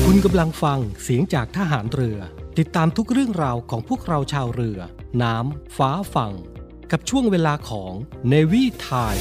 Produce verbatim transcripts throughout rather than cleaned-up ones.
คุณกำลังฟังเสียงจากทหารเรือติดตามทุกเรื่องราวของพวกเราชาวเรือน้ำฟ้าฝั่งกับช่วงเวลาของ Navy Time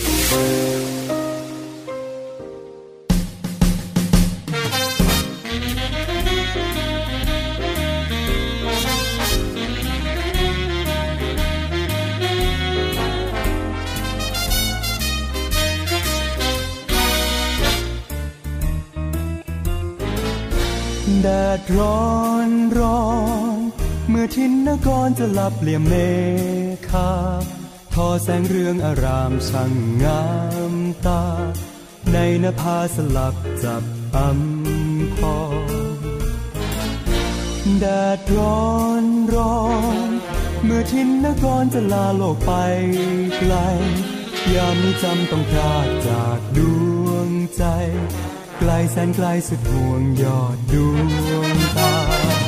แดดร้อนร้อนเมื่อทินนกรจะหลับเปลี่ยมเมฆาทอแสงเรืองอารามช่างงามตาในนภาสลับจับอำพรแดดร้อนร้อนเมื่อทินนกรจะลาโลกไปไกลยามนี้จำต้องพรากจากดวงใจไกลแสนไกลสุดห่วงยอดดวงตา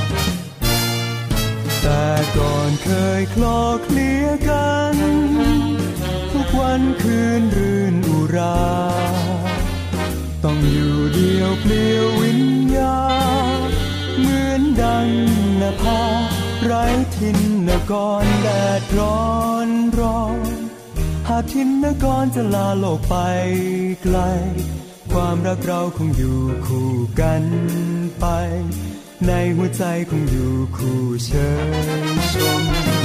แต่ก่อนเคยคลอเคลียกันทุกวันคืนรื่นอุราต้องอยู่เดียวเปลี่ยววิญญาเหมือนดังนภาไร้ทินนกรแดดร้อนร้อนหากทินนกรจะลาโลกไปไกลความรักเราคงอยู่คู่กันไปในหัวใจคงอยู่คู่เชยชม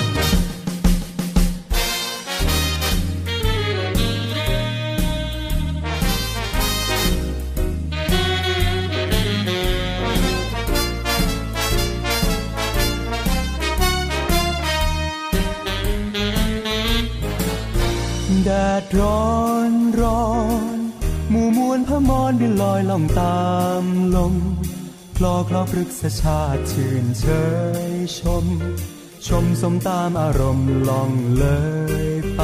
แดดร้อนร้อนหมู่มวลพมรบินลอยล่องตามลมคลอคลอพฤกษชาติชื่นเชยชมชมสมตามอารมณ์ล่องเลยไป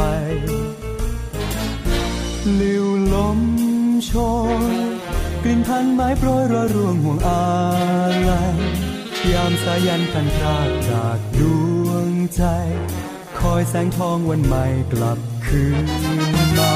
ลิวลมโชยกลิ่นพันไม้โปรยรอยร่วงห่วงอาลัยยามสายันพันพรากจากดวงใจคอยแสงทองวันใหม่กลับคืนมา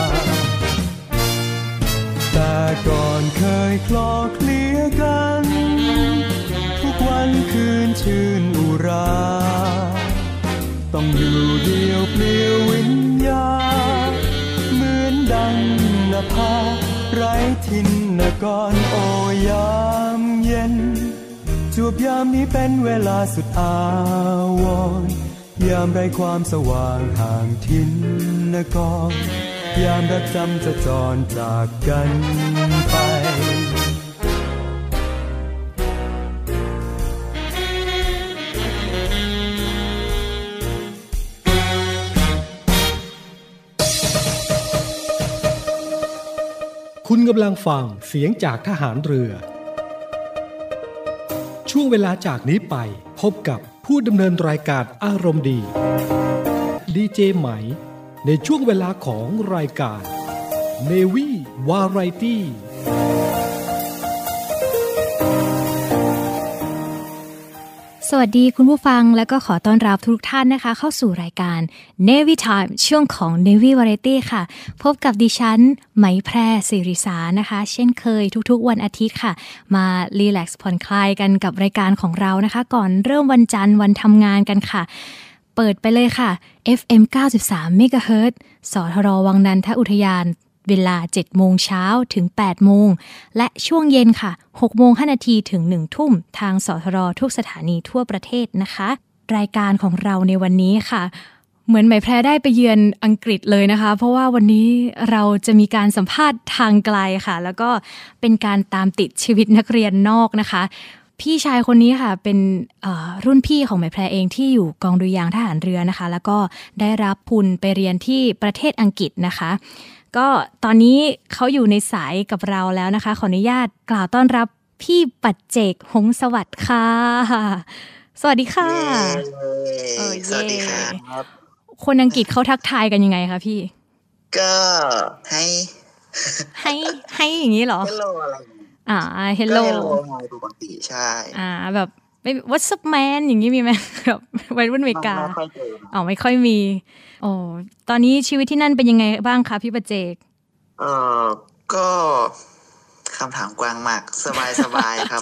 แต่ก่อนเคยคลอเคลียกันทุกวันคืนชื่นอุราต้องอยู่เดียวเปลี่ยววิญญาเหมือนดังนภาไร้ทินนกรโอยามเย็นจวบยามนี้เป็นเวลาสุดอาวรณ์ยามไร้ความสว่างห่างทินนกรยามรักจำจะจรจากกันไปคุณกำลังฟังเสียงจากทหารเรือช่วงเวลาจากนี้ไปพบกับผู้ดำเนินรายการอารมณ์ดีดีเจไหมในช่วงเวลาของรายการ Navy Variety สวัสดีคุณผู้ฟังและก็ขอต้อนรับทุกท่านนะคะเข้าสู่รายการ Navy Time ช่วงของ Navy Variety ค่ะพบกับดิฉันไหมแพรศิริสานะคะเช่นเคยทุกๆวันอาทิตย์ค่ะมารีแลกซ์ผ่อนคลายกันกับรายการของเรานะคะก่อนเริ่มวันจันทร์วันทำงานกันค่ะเปิดไปเลยค่ะ เอฟ เอ็ม เก้าสิบสาม เมกะเฮิรตซ์ สทรวังนันทอุทยานเวลา เจ็ดโมงเช้าถึง แปดโมงและช่วงเย็นค่ะ หกโมงห้านาทีถึง หนึ่งทุ่มทางสทรทุกสถานีทั่วประเทศนะคะรายการของเราในวันนี้ค่ะเหมือนไหมแพรได้ไปเยือนอังกฤษเลยนะคะเพราะว่าวันนี้เราจะมีการสัมภาษณ์ทางไกลค่ะแล้วก็เป็นการตามติดชีวิตนักเรียนนอกนะคะพี่ชายคนนี้ค่ะเป็นรุ่นพี่ของไหมแพรเองที่อยู่กองดุริยางค์ทหารเรือนะคะแล้วก็ได้รับทุนไปเรียนที่ประเทศอังกฤษนะคะก็ตอนนี้เขาอยู่ในสายกับเราแล้วนะคะขออนุญาตกล่าวต้อนรับพี่ปัจเจกหงสวัสดิ์ค่ะสวัสดีค่ะเออสวัสดีครับคนอังกฤษเขาทักทายกันยังไงคะพี่ก็ให้ให้ให้อย่างนี้เหรอ Hello อะไรอ่า Hello ก็ Hello ไงปกติใช่อ่าแบบไม่ What's up man อย่างนี้มีไหมแบบวัยรุ่นอเมริกาอ๋อไม่ค่อยมีโอ้ตอนนี้ชีวิตที่นั่นเป็นยังไงบ้างคะพี่ปัจเจกเออก็คำถามกว้างมากสบายสบายครับ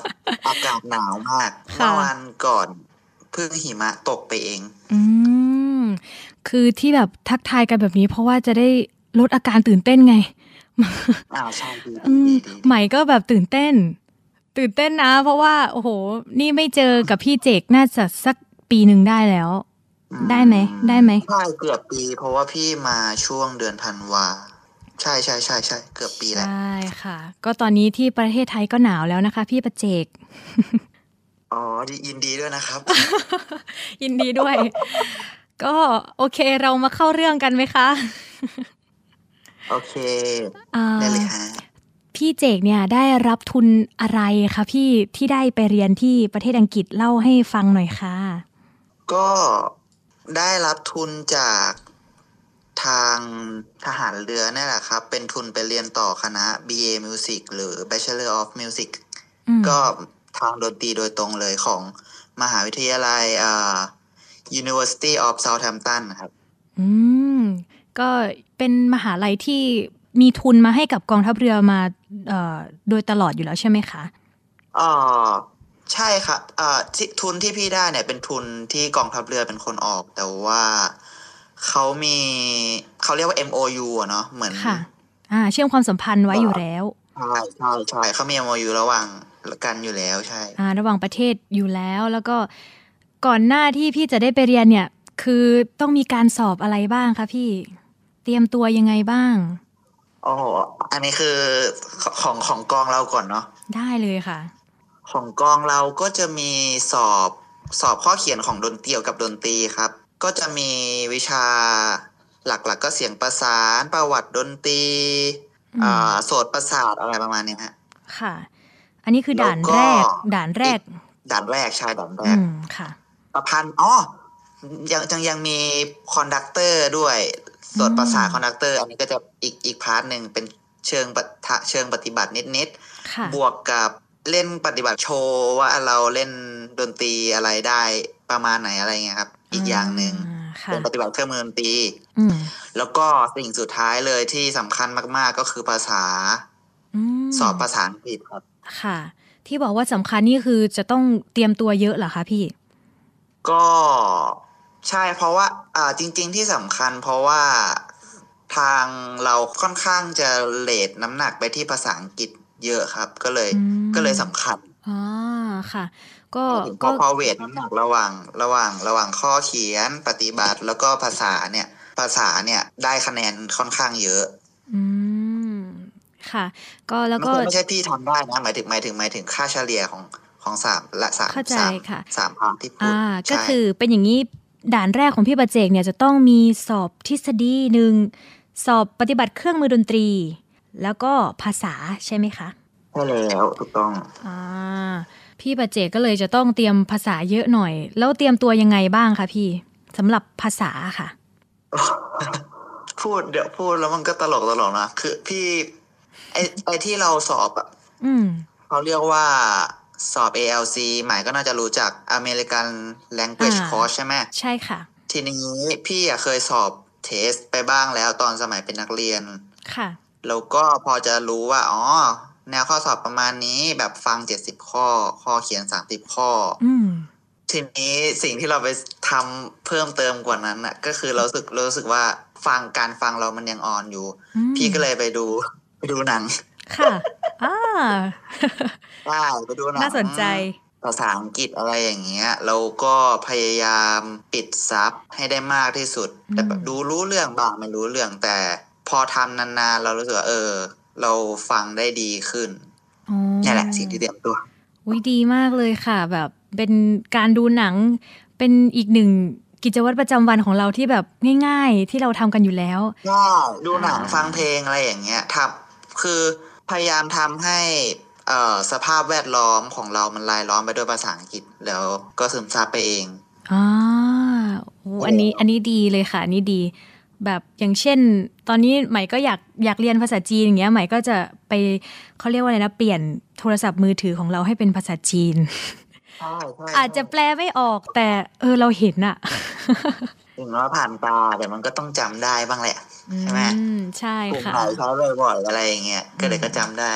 อากาศหนาวมากเมื่อวันก่อนเพิ่งหิมะตกไปเองอืมคือที่แบบทักทายกันแบบนี้เพราะว่าจะได้ลดอาการตื่นเต้นไงอ้าวใช่ดีดีใหม่ก็แบบตื่นเต้นตื่นเต้นนะเพราะว่าโอ้โหนี่ไม่เจอกับพี่เจกน่าจะสักปีหนึ่งได้แล้วได้ไหมได้ไหมใช่เกือบปีเพราะว่าพี่มาช่วงเดือนธันวาใช่ใช่ใช่ใช่เกือบปีแล้วใช่ค่ะก็ตอนนี้ที่ประเทศไทยก็หนาวแล้วนะคะพี่ประเจกอ๋อยินดีด้วยนะครับยินดีด้วยก็โอเคเรามาเข้าเรื่องกันไหมคะโอเคได้เลยฮะพี่เจกเนี่ยได้รับทุนอะไรคะพี่ที่ได้ไปเรียนที่ประเทศอังกฤษเล่าให้ฟังหน่อยค่ะก็ได้รับทุนจากทางทหารเรือนี่แหละครับเป็นทุนไปเรียนต่อคณะ บี เอ Music หรือ Bachelor of Music ก็ทางดนตรีโดยตรงเลยของมหาวิทยาลัยอ่า University of Southampton ครับอืมก็เป็นมหาลัยที่มีทุนมาให้กับกองทัพเรือมาเอ่อโดยตลอดอยู่แล้วใช่ไหมคะอ๋อใช่ค่ะอ่าทุนที่พี่ได้เนี่ยเป็นทุนที่กองทัพเรือเป็นคนออกแต่ว่าเขามีเขาเรียกว่า เอ็ม โอ ยู อ่ะเนาะเหมือนค่ะอ่าเชื่อมความสัมพันธ์ไว้อยู่แล้วใช่ใช่ใช่เขามี เอ็ม โอ ยู ระหว่างกันอยู่แล้วใช่อ่าระหว่างประเทศอยู่แล้วแล้วก็ก่อนหน้าที่พี่จะได้ไปเรียนเนี่ยคือต้องมีการสอบอะไรบ้างคะพี่เตรียมตัวยังไงบ้างอ๋ออันนี้คือของของกองเราก่อนเนาะได้เลยค่ะของกองเราก็จะมีสอบสอบข้อเขียนของดนตรีเกี่ยวกับดนตรีครับก็จะมีวิชาหลักๆ ก, ก็เสียงประสานประวัติดนตรีอ่าโสตประสาทอะไรประมาณนี้ฮะค่ะอันนี้คือด่านแรกด่านแรกด่านแรกใช่ด่านแรกค่ะประพันธ์อ๋อยังยังยังมีคอนดักเตอร์ด้วยโสตประสาทคอนดักเตอร์อันนี้ก็จะอีกอีกพาร์ทนึงเป็นเชิงปะเชิงปฏิบัตินิดๆบวกกับเล่นปฏิบัติโชว์ว่าเราเล่นดนตรีอะไรได้ประมาณไหนอะไรเงี้ยครับอีกอย่างนึงเป็นปฏิบัติเครื่องมือดนตรีแล้วก็สิ่งสุดท้ายเลยที่สำคัญมากๆก็คือภาษาสอบภาษาอังกฤษครับค่ะที่บอกว่าสำคัญนี่คือจะต้องเตรียมตัวเยอะเหรอคะพี่ก็ใช่เพราะว่าอ่าจริงๆที่สำคัญเพราะว่าทางเราค่อนข้างจะเรทน้ำหนักไปที่ภาษาอังกฤษเยอะครับก็เลยก็เลยสำคัญอ๋อค่ะก็ก็พอเวทน้ำหนักระหว่างระหว่างระหว่างข้อเขียนปฏิบัติแล้วก็ภาษาเนี่ยภาษาเนี่ยได้คะแนนค่อนข้างเยอะอืมค่ะก็แล้วก็ไม่ใช่พี่ทำได้นะหมายถึงหมายถึงหมายถึงค่าเฉลี่ยของของสามและสามเข้าใจค่ะสามภาคที่พูดก็คือเป็นอย่างนี้ด่านแรกของพี่ประเจกเนี่ยจะต้องมีสอบทฤษฎีหนึ่งสอบปฏิบัติเครื่องมือดนตรีแล้วก็ภาษาใช่ไหมคะใช่แล้วถูกต้องอ่าพี่ประเจกก็เลยจะต้องเตรียมภาษาเยอะหน่อยแล้วเตรียมตัวยังไงบ้างคะพี่สำหรับภาษาค่ะพูดเดี๋ยวพูดแล้วมันก็ตลกตลกนะคือพี่ไอไอที่เราสอบอ่ะเขาเรียกว่าสอบ เอ แอล ซี หมายก็น่าจะรู้จัก American Language Course ใช่ไหมใช่ค่ะทีนี้พี่เคยสอบเทสไปบ้างแล้วตอนสมัยเป็นนักเรียนค่ะแล้วก็พอจะรู้ว่าอ๋อแนวข้อสอบประมาณนี้แบบฟังเจ็ดสิบข้อข้อเขียนสามสิบข้ออืมทีนี้สิ่งที่เราไปทำเพิ่มเติมกว่านั้นน่ะก็คือเราสึกรู้สึกว่าฟังการฟังเรามันยังอ่อนอยู่พี่ก็เลยไปดูไปดูหนังค่ะอ่าได้ไปดูหนังน่าสนใจภาษาอังกฤษอะไรอย่างเงี้ยเราก็พยายามปิดซับให้ได้มากที่สุดแต่แบบดูรู้เรื่องบ้างไม่รู้เรื่องแต่พอทำนานๆเรารู้สึกว่าเออเราฟังได้ดีขึ้นนี่แหละสิ่งที่เตรียมตัวอุ๊ยดีมากเลยค่ะแบบเป็นการดูหนังเป็นอีกหนึ่งกิจวัตรประจำวันของเราที่แบบง่ายๆที่เราทำกันอยู่แล้วก็ดูหนังฟังเพลงอะไรอย่างเงี้ยทำคือพยายามทำให้เอ่อสภาพแวดล้อมของเรามันรายล้อมไปด้วยภาษาอังกฤษแล้วก็ซึมซับไปเองอ๋อโอ้อันนี้อันนี้ดีเลยค่ะอันนี้ดีแบบอย่างเช่นตอนนี้ใหม่ก็อยากอยากเรียนภาษาจีนอย่างเงี้ยใหม่ก็จะไปเขาเรียกว่าอะไรนะเปลี่ยนโทรศัพท์มือถือของเราให้เป็นภาษาจีนอาจจะแปลไม่ออกแต่เออเราเห็นอะถึงว่าผ่านตาแต่มันก็ต้องจำได้บ้างแหละใช่ไหมใช่ค่ะกลุ่มไหนใช้บ่อยๆอะไรอย่างเงี้ยก็เลยก็จำได้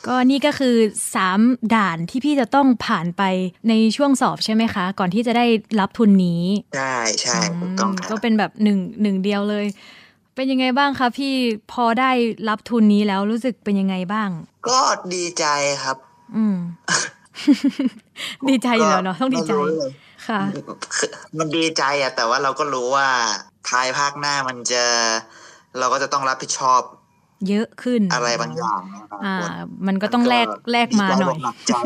ก็นี่ก็คือสามด่านที่พี่จะต้องผ่านไปในช่วงสอบใช่ไหมคะก่อนที่จะได้รับทุนนี้ใช่ใช่ถูกต้องครับก็เป็นแบบหนึ่งหนึ่งเดียวเลยเป็นยังไงบ้างคะพี่พอได้รับทุนนี้แล้วรู้สึกเป็นยังไงบ้างก็ดีใจครับอืม ดีใจอยู่แล้วเนาะต้องดีใจค่ะมันดีใจอะแต่ว่าเราก็รู้ว่าภายภาคหน้ามันจะเราก็จะต้องรับผิดชอบเยอะขึ้นอะไรบางอย่างอ่ามันก็ต้องแลกแลกมาหน่อย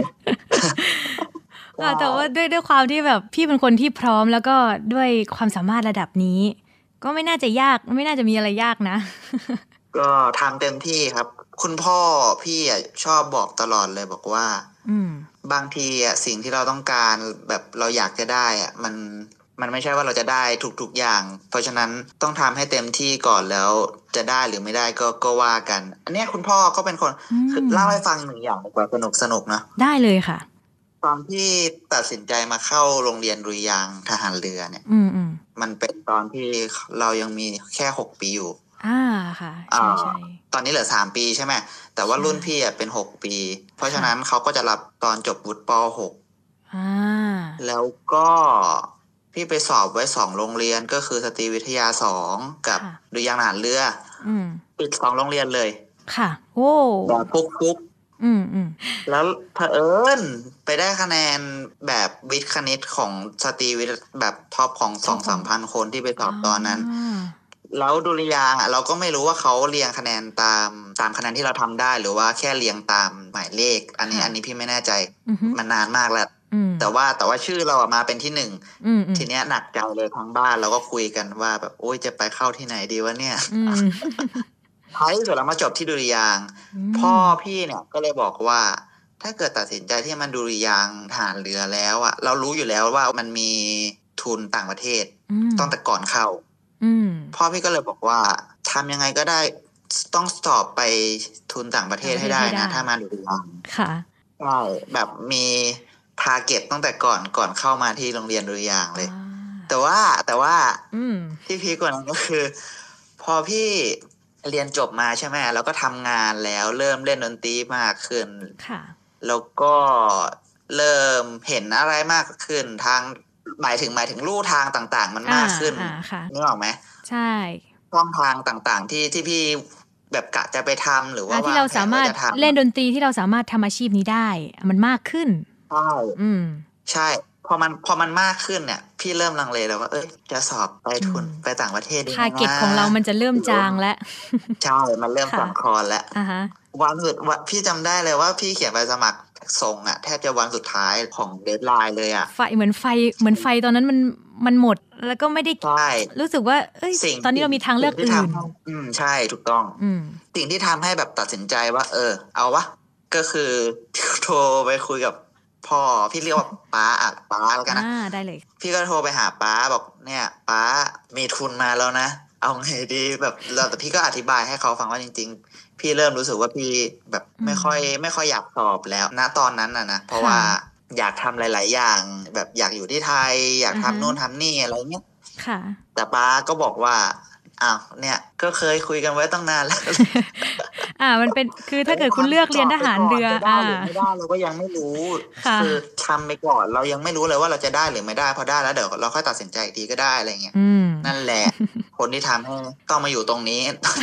แต่ว่าด้วยด้วยความที่แบบพี่เป็นคนที่พร้อมแล้วก็ด้วยความสามารถระดับนี้ก็ไม่น่าจะยากไม่น่าจะมีอะไรยากนะก็ทำเต็มที่ครับคุณพ่อพี่อ่ะชอบบอกตลอดเลยบอกว่าบางทีอ่ะสิ่งที่เราต้องการแบบเราอยากจะได้อ่ะมันมันไม่ใช่ว่าเราจะได้ทุกๆอย่างเพราะฉะนั้นต้องทำให้เต็มที่ก่อนแล้วจะได้หรือไม่ได้ก็ก็ว่ากันอันนี้คุณพ่อก็เป็นคนเล่าให้ฟังหนึ่งอย่างแบบสนุกสนุกนะได้เลยค่ะตอนที่ตัดสินใจมาเข้าโรงเรียนดุริยางค์ทหารเรือเนี่ยมันเป็นตอนที่เรายังมีแค่หกปีอยู่อ่าค่ะใช่ใช่ตอนนี้เหลือสามปีใช่ไหมแต่ว่ารุ่นพี่อ่ะเป็นหกปีเพราะฉะนั้นเขาก็จะรับตอนจบวุฒิป.หกอ่าแล้วก็พี่ไปสอบไว้สองโรงเรียนก็คือสตรีวิทยาสองกับดุริยางค์ทหารเรือปิดสองโรงเรียนเลยค่ะโอ้แบบปุ๊บอืมอืมแล้วเผอิญไปได้คะแนนแบบวิทย์คณิตของสตรีวิทย์แบบท็อปของสองสามพันคนที่ไปสอบตอนนั้นแล้วดุริยางค์อ่ะเราก็ไม่รู้ว่าเขาเรียงคะแนนตามตามคะแนนที่เราทำได้หรือว่าแค่เรียงตามหมายเลขอันนี้อันนี้พี่ไม่แน่ใจมันนานมากแล้วแต่ว่าแต่ว่าชื่อเราอะมาเป็นที่หนึ่งทีเนี้ยหนักใจเลยทั้งบ้านเราก็คุยกันว่าแบบโอ๊ยจะไปเข้าที่ไหนดีวะเนี่ยท้ายที่สุดเรามาจบที่ดุริยางค์พ่อพี่เนี่ยก็เลยบอกว่าถ้าเกิดตัดสินใจที่มันดุริยางค์ทหารเรือแล้วอะเรารู้อยู่แล้วว่ามันมีทุนต่างประเทศตั้งแต่ก่อนเข้าพ่อพี่ก็เลยบอกว่าทำยังไงก็ได้ต้องสอบไปทุนต่างประเทศให้ได้นะถ้ามาดุริยางค์ค่ะใช่แบบมีทาร์เก็ตตั้งแต่ก่อนก่อนเข้ามาที่โรงเรียนดุริยางค์เลยแต่ว่าแต่ว่าที่พีคกว่านั้นก็คือพอพี่เรียนจบมาใช่ไหมแล้วก็ทำงานแล้วเริ่มเล่นดนตรีมากขึ้นค่ะแล้วก็เริ่มเห็นอะไรมากขึ้นทางหมายถึงหมายถึงลู่ทางต่างๆมันมากขึ้นนึกออกไหมใช่ช่องทางต่างๆที่ที่พี่แบบกะจะไปทำหรือว่าที่เราสามารถเล่นดนตรีที่เราสามารถทำอาชีพนี้ได้มันมากขึ้นใช่อืมใช่พอมันพอมันมากขึ้นเนี่ยพี่เริ่มลังเลแล้วว่าเอ้ยจะสอบไปทุนไปต่างประเทศดีไหมทาร์เก็ตของเรามันจะเริ่มจางแล้วใช่มันเริ่มสั่นคลอนแล้ววันสุดวันพี่จำได้เลยว่าพี่เขียนใบสมัครส่งอ่ะแทบจะวันสุดท้ายของเดดไลน์เลยอ่ะไฟเหมือนไฟเหมือนไฟตอนนั้นมันมันหมดแล้วก็ไม่ได้รู้สึกว่าเอ้ยตอนนี้เรามีทางเลือกอื่นอืมใช่ถูกต้องสิ่งที่ทำให้แบบตัดสินใจว่าเออเอาวะก็คือโทรไปคุยกับพ่อพี่เรียกว่าป้าอ่ะป้าแล้วกันนะอ่าได้เลยพี่ก็โทรไปหาป้าบอกเนี่ยป้ามีทุนมาแล้วนะเอาไงดีแบบเราแต่พี่ก็อธิบายให้เขาฟังว่าจริงๆพี่เริ่มรู้สึกว่าพี่แบบไม่ค่อยไม่ค่อยอยากสอบแล้วณตอนนั้นน่ะนะเพราะว่าอยากทำหลายๆอย่างแบบอยากอยู่ที่ไทยอยากทำนู่นทำนี่อะไรเงี้ยค่ะแต่ป้าก็บอกว่าอ้าวเนี่ยก็เคยคุยกันไว้ตั้งนานแล้วอ่ามันเป็นคือถ้าเกิดคุณเลือกเรียนทหารเรืออ่าไม่ได้เราก็ยังไม่รู้คือทำไปก่อนเรายังไม่รู้เลยว่าเราจะได้หรือไม่ได้พอได้แล้วเดี๋ยวเราค่อยตัดสินใจอีกทีก็ได้อะไรเงี้ยนั่นแหละคนที่ทำให้ต้องมาอยู่ตรงนี้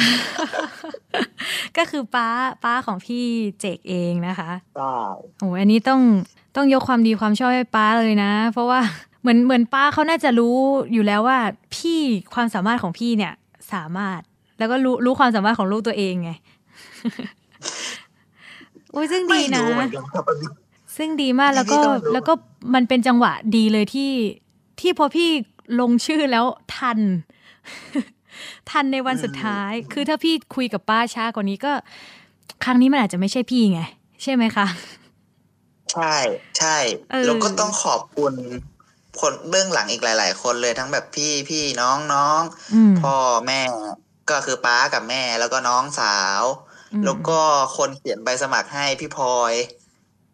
ก็คือป้าป้าของพี่เจกเองนะคะใช่โอ้อันนี้ต้องต้องยกความดีความชอบให้ป้าเลยนะเพราะว่าเหมือนเหมือนป้าเขาน่าจะรู้อยู่แล้วว่าพี่ความสามารถของพี่เนี่ยสามารถแล้วก็รู้รู้ความสามารถของลูกตัวเองไงโอ้ยซึ่งดีนะซึ่งดีมากแล้วก็แล้วก็มันเป็นจังหวะดีเลยที่ที่พอพี่ลงชื่อแล้วทันทันในวันสุดท้ายคือถ้าพี่คุยกับป้าช้ากว่านี้ก็ครั้งนี้มันอาจจะไม่ใช่พี่ไงใช่ไหมคะใช่ใช่แล้วก็ต้องขอบคุณคนเบื้องหลังอีกหลายๆคนเลยทั้งแบบพี่พี่น้องน้องพ่อแม่ก็คือป้ากับแม่แล้วก็น้องสาวแล้วก็คนเขียนใบสมัครให้พี่พลอย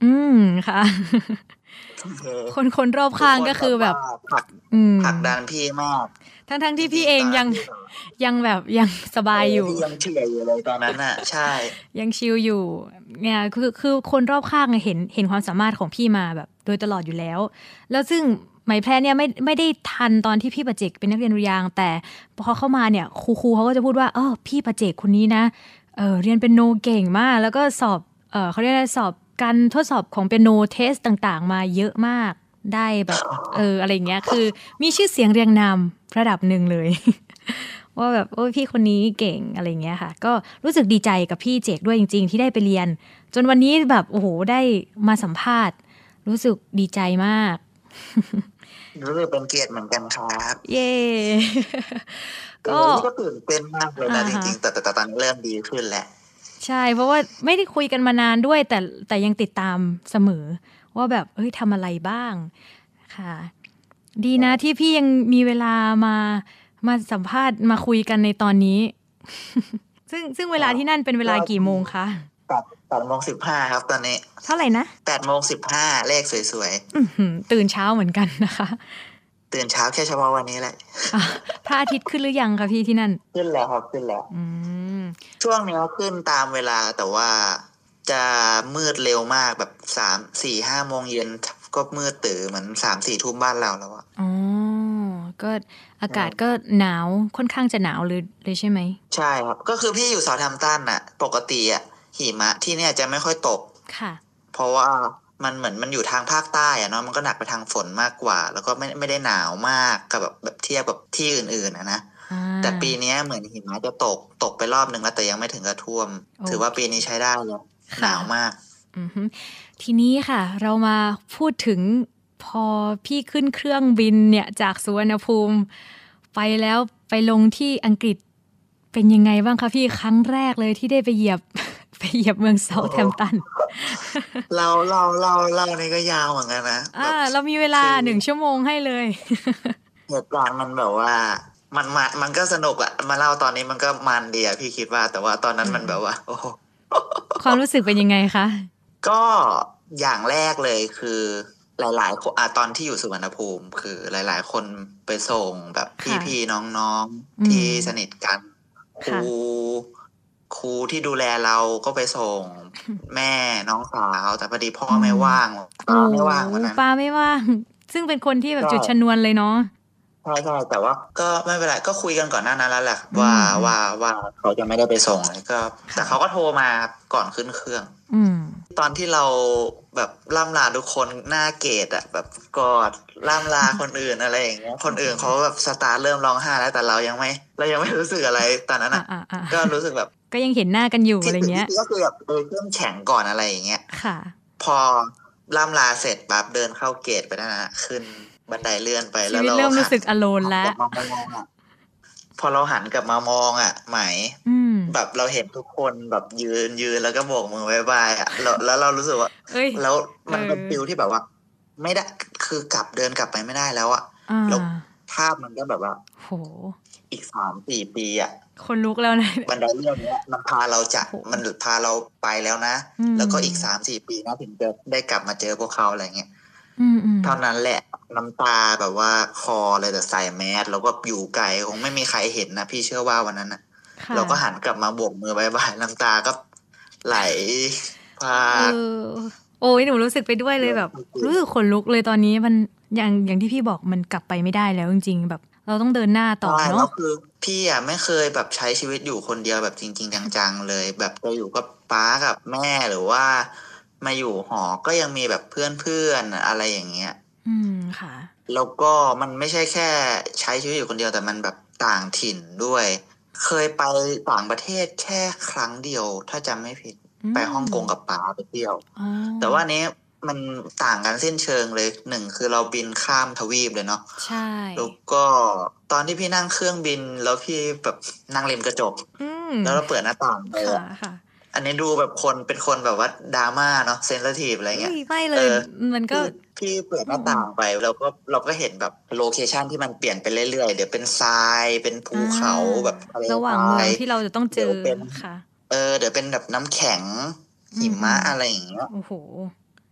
อืมค่ะคนคนรอบข้างก็คือแบบผลักดันพี่มากทั้งทั้งที่พี่เองยังยังแบบยังสบายอยู่ยังเฉยอยู่เลยตอนนั้นน่ะใช่ยังชิลอยู่เนี่ยคือคือคนรอบข้างเห็นเห็นความสามารถของพี่มาแบบโดยตลอดอยู่แล้วแล้วซึ่งไหมแพรเนี่ยไม่ไม่ได้ทันตอนที่พี่ประเจกเป็นนักเรียนดุริยางค์แต่พอเข้ามาเนี่ยครูๆเขาก็จะพูดว่าเออพี่ประเจกคนนี้นะเออเรียนเปียโนเก่งมากแล้วก็สอบเออเขาเรียกอะไรสอบการทดสอบของเปียโนเทสต่างๆมาเยอะมากได้แบบเอออะไรเงี้ยคือมีชื่อเสียงเรียงนามระดับหนึ่งเลย ว่าแบบโอ้ยพี่คนนี้เก่งอะไรเงี้ยค่ะก็รู้สึกดีใจกับพี่เจกด้วยจริงๆที่ได้ไปเรียนจนวันนี้แบบโอ้โหได้มาสัมภาษณ์รู้สึกดีใจมากรู้สึกเป็นเกียรติเหมือนกันครับเย่ก็ก็ตื่นเต้นมากเลยนะจริงๆแต่แต่ตอนนี้เริ่มดีขึ้นแหละใช่เพราะว่าไม่ได้คุยกันมานานด้วยแต่แต่ยังติดตามเสมอว่าแบบเอ้ยทำอะไรบ้างค่ะดีนะที่พี่ยังมีเวลามามาสัมภาษณ์มาคุยกันในตอนนี้ซึ่งซึ่งเวลาที่นั่นเป็นเวลากี่โมงคะแปดโมงสิบห้าครับตอนนี้เท่าไหร่นะแปดโมงสิบห้าเลขสวยๆตื่นเช้าเหมือนกันนะคะตื่นเช้าแค่เฉพาะวันนี้แหละพระอาทิตย์ขึ้นหรือยังคะพี่ที่นั่นขึ้นแล้วครับขึ้นแล้วช่วงนี้ขึ้นตามเวลาแต่ว่าจะมืดเร็วมากแบบสามสี่ห้าโมงเย็นก็มืดตื่นเหมือนสามสี่ทุ่มบ้านเราแล้วอะอ๋อก็อากาศก็หนาวค่อนข้างจะหนาวเลยเลยใช่ไหมใช่ครับก็คือพี่อยู่เซาท์แฮมป์ตันน่ะปกติอะหิมะที่เนี่ยจะไม่ค่อยตกค่ะเพราะว่ามันเหมือนมันอยู่ทางภาคใต้อะเนาะมันก็หนักไปทางฝนมากกว่าแล้วก็ไม่ไม่ได้หนาวมากกับแบบแบบเทียบกับที่อื่นๆนะนะแต่ปีนี้เหมือนหิมะจะตกตกไปรอบนึงแล้วแต่ยังไม่ถึงกับท่วมถือว่าปีนี้ใช้ได้เลยหนาวมากทีนี้ค่ะเรามาพูดถึงพอพี่ขึ้นเครื่องบินเนี่ยจากสุวรรณภูมิไปแล้วไปลงที่อังกฤษเป็นยังไงบ้างคะพี่ครั้งแรกเลยที่ได้ไปเหยียบไปเหยียบเมืองเซาท์แฮมป์ตันเราเราเราเรานี่ก็ยาวเหมือนกันนะอ่าเรามีเวลาหนึ่งชั่วโมงให้เลยเหตุการณ์มันแบบว่ามันมันมันก็สนุกอะมาเล่าตอนนี้มันก็มันดีอะพี่คิดว่าแต่ว่าตอนนั้นมันแบบว่าโอ้ความรู้สึกเป็นยังไงคะก็อย่างแรกเลยคือหลายๆคนอ่ะตอนที่อยู่สุวรรณภูมิคือหลายๆคนไปส่งแบบพี่ๆน้องๆที่สนิทกันครูครูที่ดูแลเราก็ไปส่งแม่น้องสาวแต่พอดีพ่อไม่ว่างป้าไม่ว่างวันนั้นป้าไม่ว่างซึ่งเป็นคนที่แบบจุดชนวนเลยเนาะใช่ใช่แต่ว่าก็ไม่เป็นไรก็คุยกันก่อนหน้านั้นแล้วแหละว่าว่าว่าเขาจะไม่ได้ไปส่งเลยก็แต่เขาก็โทรมาก่อนขึ้นเครื่องตอนที่เราแบบล่ำลาทุกคนหน้าเกตอะแบบกอดล่ำลาคนอื่นอะไรอย่างเงี้ยคนอื่นเขาแบบสตาร์เริ่มร้องไห้แล้วแต่เรายังไม่เรายังไม่รู้สึกอะไรตอนนั้นอะก็รู้สึกแบบก็ยังเห็นหน้ากันอยู่อะไรเงี้ยก็คือแบบเออเครื่องแข็งก่อนอะไรอย่างเงี้ยค่ะพอล่ำลาเสร็จปั๊บเดินเข้าเกตไปนะขึ้นบันไดเลื่อนไปแล้วเราเริ่มรู้สึกอโลนแล้วพอเราหันกลับมามองอ่ะไหมแบบเราเห็นทุกคนแบบยืนยืนแล้วก็โบกมือบ๊ายบายอ่ะแล้วแล้วเรารู้สึกว่าแล้วมันเป็นฟิลที่แบบว่าไม่ได้คือกลับเดินกลับไปไม่ได้แล้วอ่ะแล้วภาพมันก็แบบว่าโหอีกสามสี่ปีอ่ะคนลุกแล้วนะบันไดเลื่อนเนี้ยมันพาเราจะมันพาเราไปแล้วนะแล้วก็อีกสามสี่ปีนะถึงจะได้กลับมาเจอพวกเขาอะไรเงี้ยเท่านั้นแหละน้ำตาแบบว่าคอเลยแต่ใส่แมสแล้วก็อยู่ไกลคงไม่มีใครเห็นนะพี่เชื่อว่าวันนั้นนะเราก็หันกลับมาโบกมือบายบายน้ำตาก็ไหลพาโอ้ยหนูรู้สึกไปด้วยเลยแบบรู้สึกขนลุกเลยตอนนี้มันอย่างอย่างที่พี่บอกมันกลับไปไม่ได้แล้วจริงๆแบบเราต้องเดินหน้าต่อเนาะคือพี่อ่ะไม่เคยแบบใช้ชีวิตอยู่คนเดียวแบบจริงๆจังๆเลยแบบไปอยู่กับป้ากับแม่หรือว่ามาอยู่หอก็ยังมีแบบเพื่อนๆอะไรอย่างเงี้ยอืมค่ะแล้วก็มันไม่ใช่แค่ใช้ชีวิตอยู่คนเดียวแต่มันแบบต่างถิ่นด้วยเคยไปต่างประเทศแค่ครั้งเดียวถ้าจำไม่ผิดไปฮ่องกงกับป้าไปเที่ยวแต่ว่านี้มันต่างกันสิ้นเชิงเลยหนึ่งคือเราบินข้ามทวีปเลยเนาะใช่แล้วก็ตอนที่พี่นั่งเครื่องบินแล้วพี่แบบนั่งริมกระจกแล้วเราเปิดหน้าต่างไปอันนี้ดูแบบคนเป็นคนแบบว่าดราม่าเนาะเซนซิทีฟอะไรเงี้ยไม่เลยมันก็พี่เปิดหน้าต่างไปแล้วก็เราก็เห็นแบบโลเคชันที่มันเปลี่ยนไปเรื่อยๆเดี๋ยวเป็นทรายเป็นภูเขาแบบระหว่างเมืองที่เราจะต้องเจอค่ะเออเดี๋ยวเป็นแบบน้ำแข็งหิมะอะไรอย่างเงี้ยโอ้โห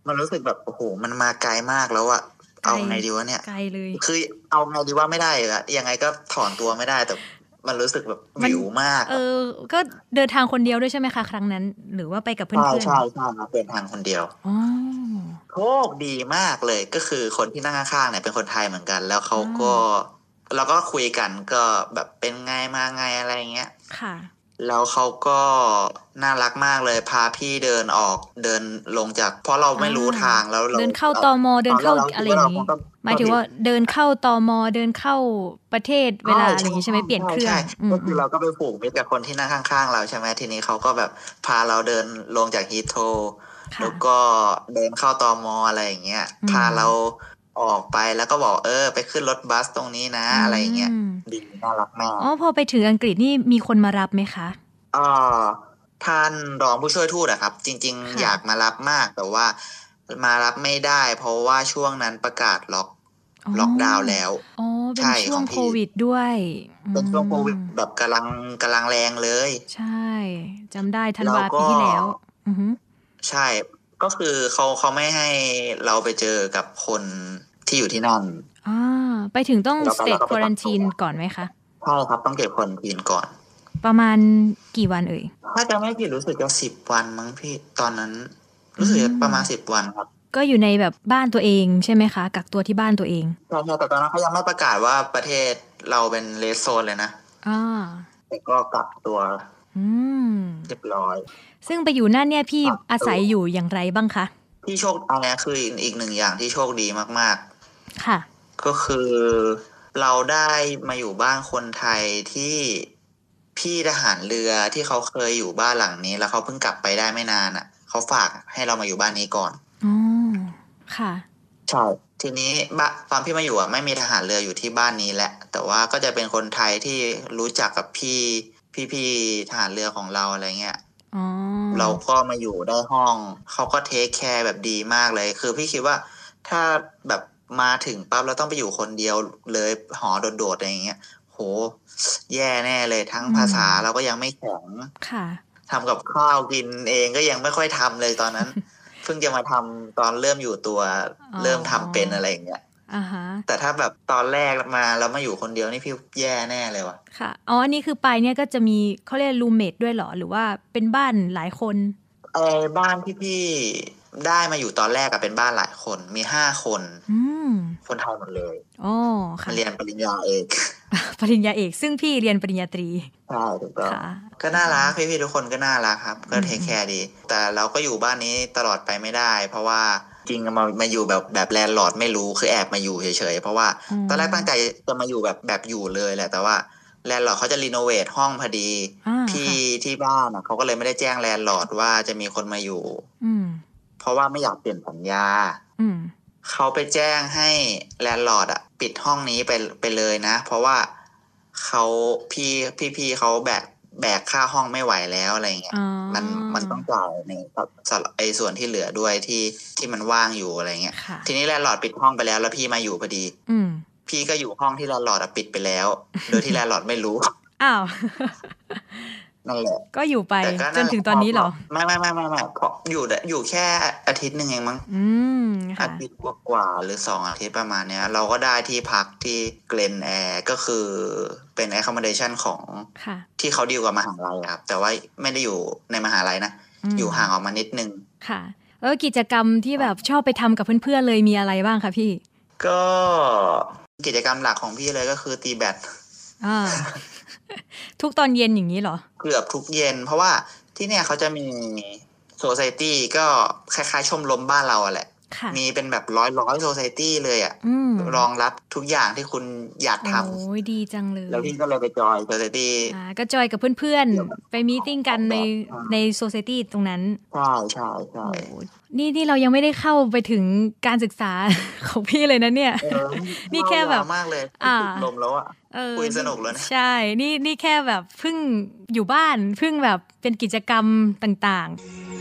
มันรู้สึกแบบโอ้โหมันมาไกลมากแล้วอะเอาไงดีวะเนี่ยไกลเลยคือเอาไงดีว่าไม่ได้อะยังไงก็ถอนตัวไม่ได้แต่มันรู้สึกแบบวิวมากเออก็เดินทางคนเดียวด้วยใช่ไหมคะครั้งนั้นหรือว่าไปกับเพื่อนๆใช่ใช่ครับเดินทางคนเดียวอ๋อโชคดีมากเลยก็คือคนที่นั่งข้างๆเนี่ยเป็นคนไทยเหมือนกันแล้วเขาก็เราก็คุยกันก็แบบเป็นไงมาไงอะไรเงี้ยค่ะแล้วเขาก็น่ารักมากเลยพาพี่เดินออกเดินลงจากเพราะเราไม่รู้ทางแล้วเราเดินเข้าตมเดินเข้าอะไรอย่างนี้หมายถึงว่าเดินเข้าตมเดินเข้าประเทศเวลาอะไรอย่างนี้ใช่ไหมเปลี่ยนเครื่องก็คือเราก็ไปผูกมิตรกับคนที่นั่งข้างๆเราใช่ไหมทีนี้เขาก็แบบพาเราเดินลงจากฮีทโทรแล้วก็เดินเข้าตมอะไรอย่างเงี้ยพาเราออกไปแล้วก็บอกเออไปขึ้นรถบัสตรงนี้นะอะไรอย่างเงี้ยดีน่ารักมากอ๋อพอไปถึงอังกฤษนี่มีคนมารับไหมคะอ่าท่านรองผู้ช่วยทูตอะครับจริงๆอยากมารับมากแต่ว่ามารับไม่ได้เพราะว่าช่วงนั้นประกาศล็อกล็อกดาวน์แล้วอ๋อเป็นช่วงโควิดด้วยเป็นช่วงโควิดแบบกำลังกำลังแรงเลยใช่จำได้ธันวาปีที่แล้วอือฮึใช่ก็คือเขาเขาไม่ให้เราไปเจอกับคนที่อยู่ที่นั่นอ่าไปถึงต้อง state quarantine ก่อนไหมคะใช่ครับต้องเก็บควอรันทีนก่อนประมาณกี่วันเอ่ยถ้าจะไม่ผิดรู้สึกจะสิบวันมั้งพี่ตอนนั้นรู้สึกประมาณสิบวันครับก็อยู่ในแบบบ้านตัวเองใช่ไหมคะกักตัวที่บ้านตัวเองใช่ใช่แต่ตอนนั้นเขายังไม่ประกาศว่าประเทศเราเป็นเรดโซนเลยนะอ่าแต่ก็กักตัวอืมเรียบร้อยซึ่งไปอยู่นั่นเนี่ยพี่อาศัยอยู่อย่างไรบ้างคะพี่โชคอันนี้คืออีกอีกหนึ่งอย่างที่โชคดีมากๆค่ะก็คือเราได้มาอยู่บ้านคนไทยที่พี่ทหารเรือที่เขาเคยอยู่บ้านหลังนี้แล้วเขาเพิ่งกลับไปได้ไม่นานอ่ะเขาฝากให้เรามาอยู่บ้านนี้ก่อนอ๋อค่ะใช่ทีนี้บ้านตอนพี่มาอยู่อ่ะไม่มีทหารเรืออยู่ที่บ้านนี้แหละแต่ว่าก็จะเป็นคนไทยที่รู้จักกับพี่พี่พี่ทหารเรือของเราอะไรเงี้ยอ๋อเราก็มาอยู่ได้ห้องเขาก็เทคแคร์แบบดีมากเลยคือพี่คิดว่าถ้าแบบมาถึงปั๊บเราต้องไปอยู่คนเดียวเลยหอโดดๆอะไรอย่างเงี้ยโหแย่แน่เลยทั้งภาษาเราก็ยังไม่แข็งค่ะทำกับข้าวกินเองก็ยังไม่ค่อยทำเลยตอนนั้น เพิ่งจะมาทำตอนเริ่มอยู่ตัวเริ่มทำเป็นอะไรอย่างเงี้ยอ่าฮะแต่ถ้าแบบตอนแรกมาแล้วมาอยู่คนเดียวนี่พี่แย่แน่เลยว่ะค่ะอ๋ออันนี้คือไปเนี่ยก็จะมีเขาเรียกรูมเมทด้วยเหรอหรือว่าเป็นบ้านหลายคนเออบ้านที่พี่ได้มาอยู่ตอนแรกอะเป็นบ้านหลายคนมีห้าคนคนไทยหมดเลยอ๋อค่ะมาเรียนปริญญาเอกปริญญาเอกซึ่งพี่เรียนปริญญาตรีใช่ถูกต้องก็น่ารักพี่ๆทุกคนก็น่ารักครับก็เทคแคร์ดีแต่เราก็อยู่บ้านนี้ตลอดไปไม่ได้เพราะว่าจริงมามาอยู่แบบแบบแลนด์ลอร์ดไม่รู้คือแอบมาอยู่เฉยๆเพราะว่าตอนแรกตั้งใจจะมาอยู่แบบแบบอยู่เลยแหละแต่ว่าแลนด์ลอร์ดเขาจะรีโนเวทห้องพอดีพี่ที่บ้านเขาก็เลยไม่ได้แจ้งแลนด์ลอร์ดว่าจะมีคนมาอยู่เพราะว่าไม่อยากเปลี่ยนสัญญาเขาไปแจ้งให้แลนด์ลอร์ดอ่ะปิดห้องนี้ไปไปเลยนะเพราะว่าเขาพี่พี่พี่เขาแบกแบกค่าห้องไม่ไหวแล้วอะไรเงี้ยมันมันต้องจ่ายในไอ้ส่วนที่เหลือด้วยที่ที่มันว่างอยู่อะไรเงี้ยทีนี้แลนด์ลอร์ดปิดห้องไปแล้วแล้วพี่มาอยู่พอดีพี่ก็อยู่ห้องที่แลนด์ลอร์ดปิดไปแล้วโดยที่แลนด์ลอร์ดไม่รู้อ้าวนั่นแหละก็อยู่ไปจนถึงตอนนี้เหรอไม่ไม่ไม่ไม่ไม่เพราะอยู่อยู่แค่อาทิตย์นึงเองมั้งอาทิตย์กว่าหรือสองอาทิตย์ประมาณเนี้ยเราก็ได้ที่พักที่เกรนแอร์ก็คือเป็น accommodation ของที่เขาดีลกับมหาลัยครับแต่ว่าไม่ได้อยู่ในมหาลัยนะอยู่ห่างออกมานิดนึงค่ะเออกิจกรรมที่แบบชอบไปทำกับเพื่อนๆเลยมีอะไรบ้างคะพี่ก็กิจกรรมหลักของพี่เลยก็คือตีแบดอ่าทุกตอนเย็นอย่างนี้เหรอเกือบทุกเย็นเพราะว่าที่เนี่ยเขาจะมีโซไซตี้ก็คล้ายๆชมรมบ้านเราอะแหละมีเป็นแบบร้อยร้อยโซไซตี้เลยอะรองรับทุกอย่างที่คุณอยากทำโอ้ยดีจังเลยแล้วพี่ก็เลยไปจอยโซไซตี้อ่าก็จอยกับเพื่อนๆไปมีตติ้งกันในในโซไซตี้ตรงนั้นใช่ใช่ใช่นี่นี่เรายังไม่ได้เข้าไปถึงการศึกษาของพี่เลยนะเนี่ยนี่แค่แบบมากเลยอ่าลมแล้วอ่ะคุยสนุกแล้วนะใช่นี่นี่แค่แบบเพิ่งอยู่บ้านเพิ่งแบบเป็นกิจกรรมต่าง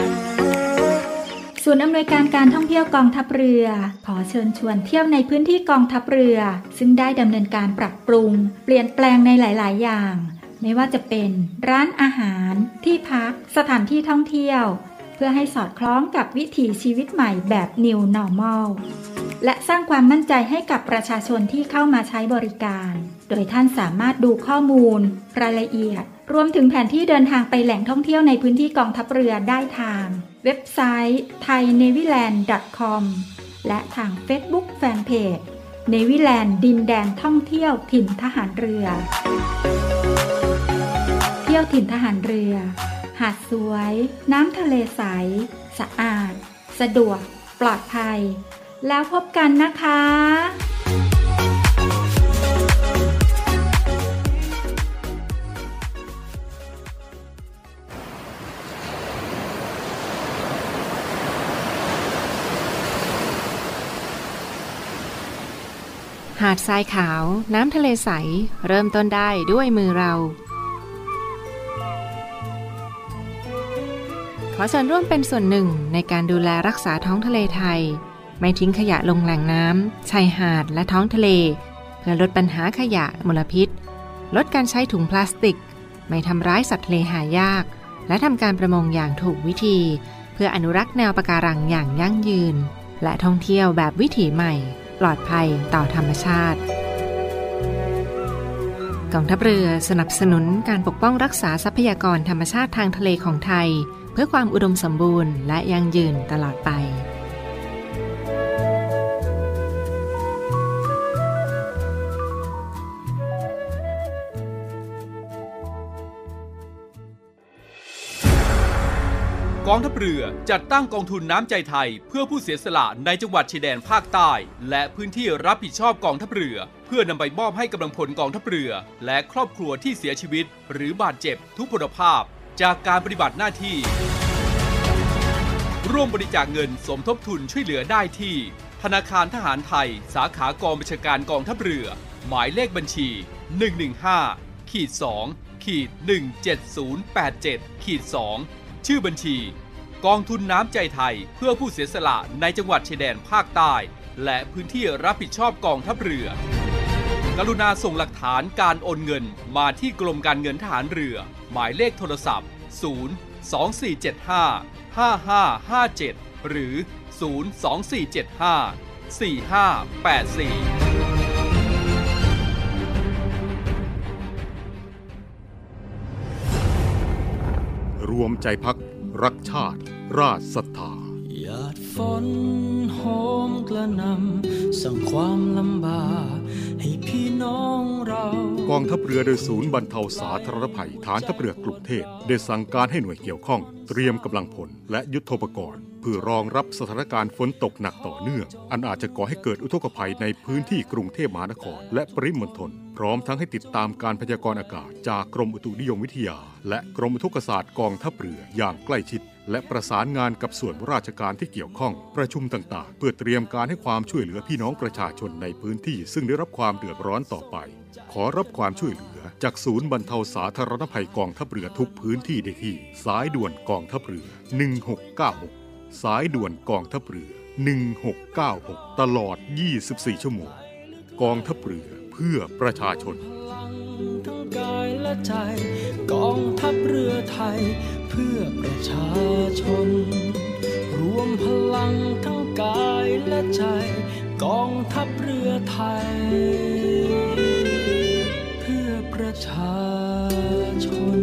ๆศูนย์อำนวยการการท่องเที่ยวกองทัพเรือขอเชิญชวนเที่ยวในพื้นที่กองทัพเรือซึ่งได้ดำเนินการปรับปรุงเปลี่ยนแปลงในหลายๆอย่างไม่ว่าจะเป็นร้านอาหารที่พักสถานที่ท่องเที่ยวพื่อให้สอดคล้องกับวิถีชีวิตใหม่แบบ New Normal และสร้างความมั่นใจให้กับประชาชนที่เข้ามาใช้บริการโดยท่านสามารถดูข้อมูลรายละเอียดรวมถึงแผนที่เดินทางไปแหล่งท่องเที่ยวในพื้นที่กองทัพเรือได้ทางเว็บไซต์ ไทยเนวิแลนด์ ดอท คอม และทาง Facebook Fanpage เนวิแลนด์ดินแดนท่องเที่ยวถิ่นทหารเรือเที่ยวถิ่นทหารเรือหาดสวยน้ำทะเลใสสะอาดสะดวกปลอดภัยแล้วพบกันนะคะหาดทรายขาวน้ำทะเลใสเริ่มต้นได้ด้วยมือเราขอส่วนร่วมเป็นส่วนหนึ่งในการดูแลรักษาท้องทะเลไทยไม่ทิ้งขยะลงแหล่งน้ำชายหาดและท้องทะเลเพื่อลดปัญหาขยะมลพิษลดการใช้ถุงพลาสติกไม่ทำร้ายสัตว์ทะเลหายากและทำการประมงอย่างถูกวิธีเพื่ออนุรักษ์แนวปะการังอย่างยั่งยืนและท่องเที่ยวแบบวิถีใหม่ปลอดภัยต่อธรรมชาติกองทัพเรือสนับสนุนการปกป้องรักษาทรัพยากรธรรมชาติทางทะเลของไทยเพื่อความอุดมสมบูรณ์และยั่งยืนตลอดไปกองทัพเรือจัดตั้งกองทุนน้ำใจไทยเพื่อผู้เสียสละในจังหวัดชายแดนภาคใต้และพื้นที่รับผิดชอบกองทัพเรือเพื่อนำไปมอบให้กำลังพลกองทัพเรือและครอบครัวที่เสียชีวิตหรือบาดเจ็บทุพพลภาพจากการปฏิบัติหน้าที่ร่วมบริจาคเงินสมทบทุนช่วยเหลือได้ที่ธนาคารทหารไทยสาขากองบัญชาการกองทัพเรือหมายเลขบัญชี หนึ่ง หนึ่ง ห้า สอง หนึ่ง เจ็ด ศูนย์ แปด เจ็ด สอง ชื่อบัญชีกองทุนน้ำใจไทยเพื่อผู้เสียสละในจังหวัดชายแดนภาคใต้และพื้นที่รับผิดชอบกองทัพเรือกรุณาส่งหลักฐานการโอนเงินมาที่กรมการเงินทหารเรือหมายเลขโทรศัพท์ศูนย์ สอง สี่ เจ็ด ห้า ห้า ห้า ห้า เจ็ดหรือศูนย์ สอง สี่ เจ็ด ห้า สี่ ห้า แปด สี่รวมใจพักรักชาติราชศรัทธาหยาดฝนโหมกระหน่ำสั่งความลำบากให้พี่น้องเรากองทัพเรือโดยศูนย์บรรเทาสาธารณภัยฐานทัพเรือกรุงเทพได้สั่งการให้หน่วยเกี่ยวข้องเตรียมกำลังพลและยุทโธปกรณ์เพื่อรองรับสถานการณ์ฝนตกหนักต่อเนื่องอันอาจจะก่อให้เกิดอุทกภัยในพื้นที่กรุงเทพมหานครและปริมณฑลพร้อมทั้งให้ติดตามการพยากรณ์อากาศจากกรมอุตุนิยมวิทยาและกรมอุทกศาสตร์กองทัพเรืออย่างใกล้ชิดและประสานงานกับส่วนราชการที่เกี่ยวข้องประชุมต่างๆเพื่อเตรียมการให้ความช่วยเหลือพี่น้องประชาชนในพื้นที่ซึ่งได้รับความเดือดร้อนต่อไปขอรับความช่วยเหลือจากศูนย์บรรเทาสาธารณภัยกองทัพเรือทุกพื้นที่ได้ที่สายด่วนกองทัพเรือหนึ่งหกเก้าหกสายด่วนกองทัพเรือหนึ่งหกเก้าหกตลอดยี่สิบสี่ชั่วโมงกองทัพเรือเพื่อประชาชนทั้งกายและใจกองทัพเรือไทยเพื่อประชาชนรวมพลังทั้งกายและใจกองทัพเรือไทยเพื่อประชาชน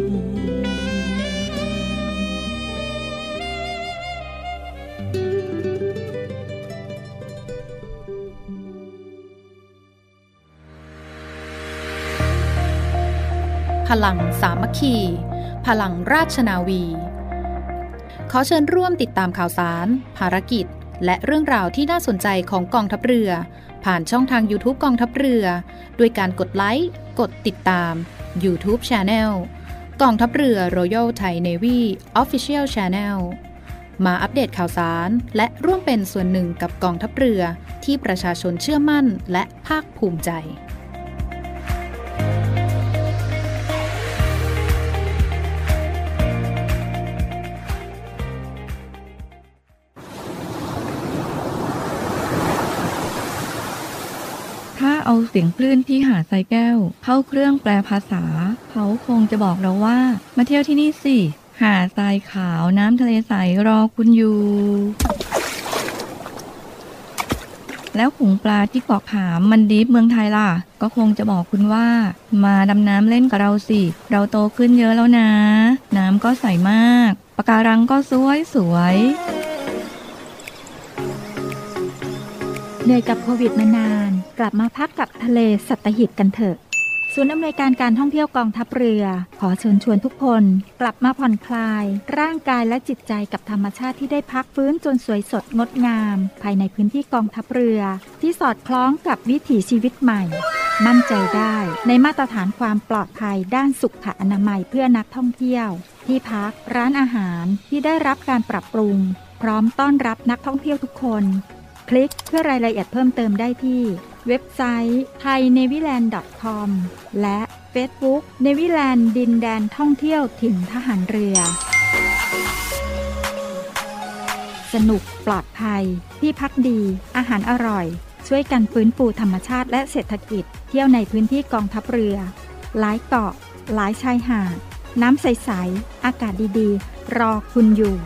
พลังสามัคคีพลังราชนาวีขอเชิญร่วมติดตามข่าวสารภารกิจและเรื่องราวที่น่าสนใจของกองทัพเรือผ่านช่องทาง YouTube กองทัพเรือด้วยการกดไลค์กดติดตาม YouTube Channel กองทัพเรือ Royal Thai Navy Official Channel มาอัปเดตข่าวสารและร่วมเป็นส่วนหนึ่งกับกองทัพเรือที่ประชาชนเชื่อมั่นและภาคภูมิใจถ้าเอาเสียงคลื่นที่หาดทรายแก้วเข้าเครื่องแปลภาษาเขาคงจะบอกเราว่ามาเที่ยวที่นี่สิหาดทรายขาวน้ำทะเลใสรอคุณอยู่แล้วขุงปลาที่เกาะขามมันดีฟเมืองไทยล่ะก็คงจะบอกคุณว่ามาดำน้ำเล่นกับเราสิเราโตขึ้นเยอะแล้วนะน้ำก็ใสมากปะการังก็สวยสวยเหนื่อยกับโควิดมานานกลับมาพักกับทะเลสัตหีบกันเถอะศูนย์อำนวยการการท่องเที่ยวกองทัพเรือขอเชิญชวนทุกคนกลับมาผ่อนคลายร่างกายและจิตใจกับธรรมชาติที่ได้พักฟื้นจนสวยสดงดงามภายในพื้นที่กองทัพเรือที่สอดคล้องกับวิถีชีวิตใหม่มั่นใจได้ในมาตรฐานความปลอดภัยด้านสุขอนามัยเพื่อนักท่องเที่ยวที่พักร้านอาหารที่ได้รับการปรับปรุงพร้อมต้อนรับนักท่องเที่ยวทุกคนคลิกเพื่อรายละเอียดเพิ่มเติมได้ที่เว็บไซต์ ไทยเนวิแลนด์ ดอท คอม และ Facebook เนวิแลนด์ดินแดนท่องเที่ยวถิ่นทหารเรือสนุกปลอดภัยที่พักดีอาหารอร่อยช่วยกันฟื้นฟูธรรมชาติและเศรษฐกิจเที่ยวในพื้นที่กองทัพเรือหลายเกาะหลายชายหาดน้ำใสๆอากาศดีๆรอคุณอยู่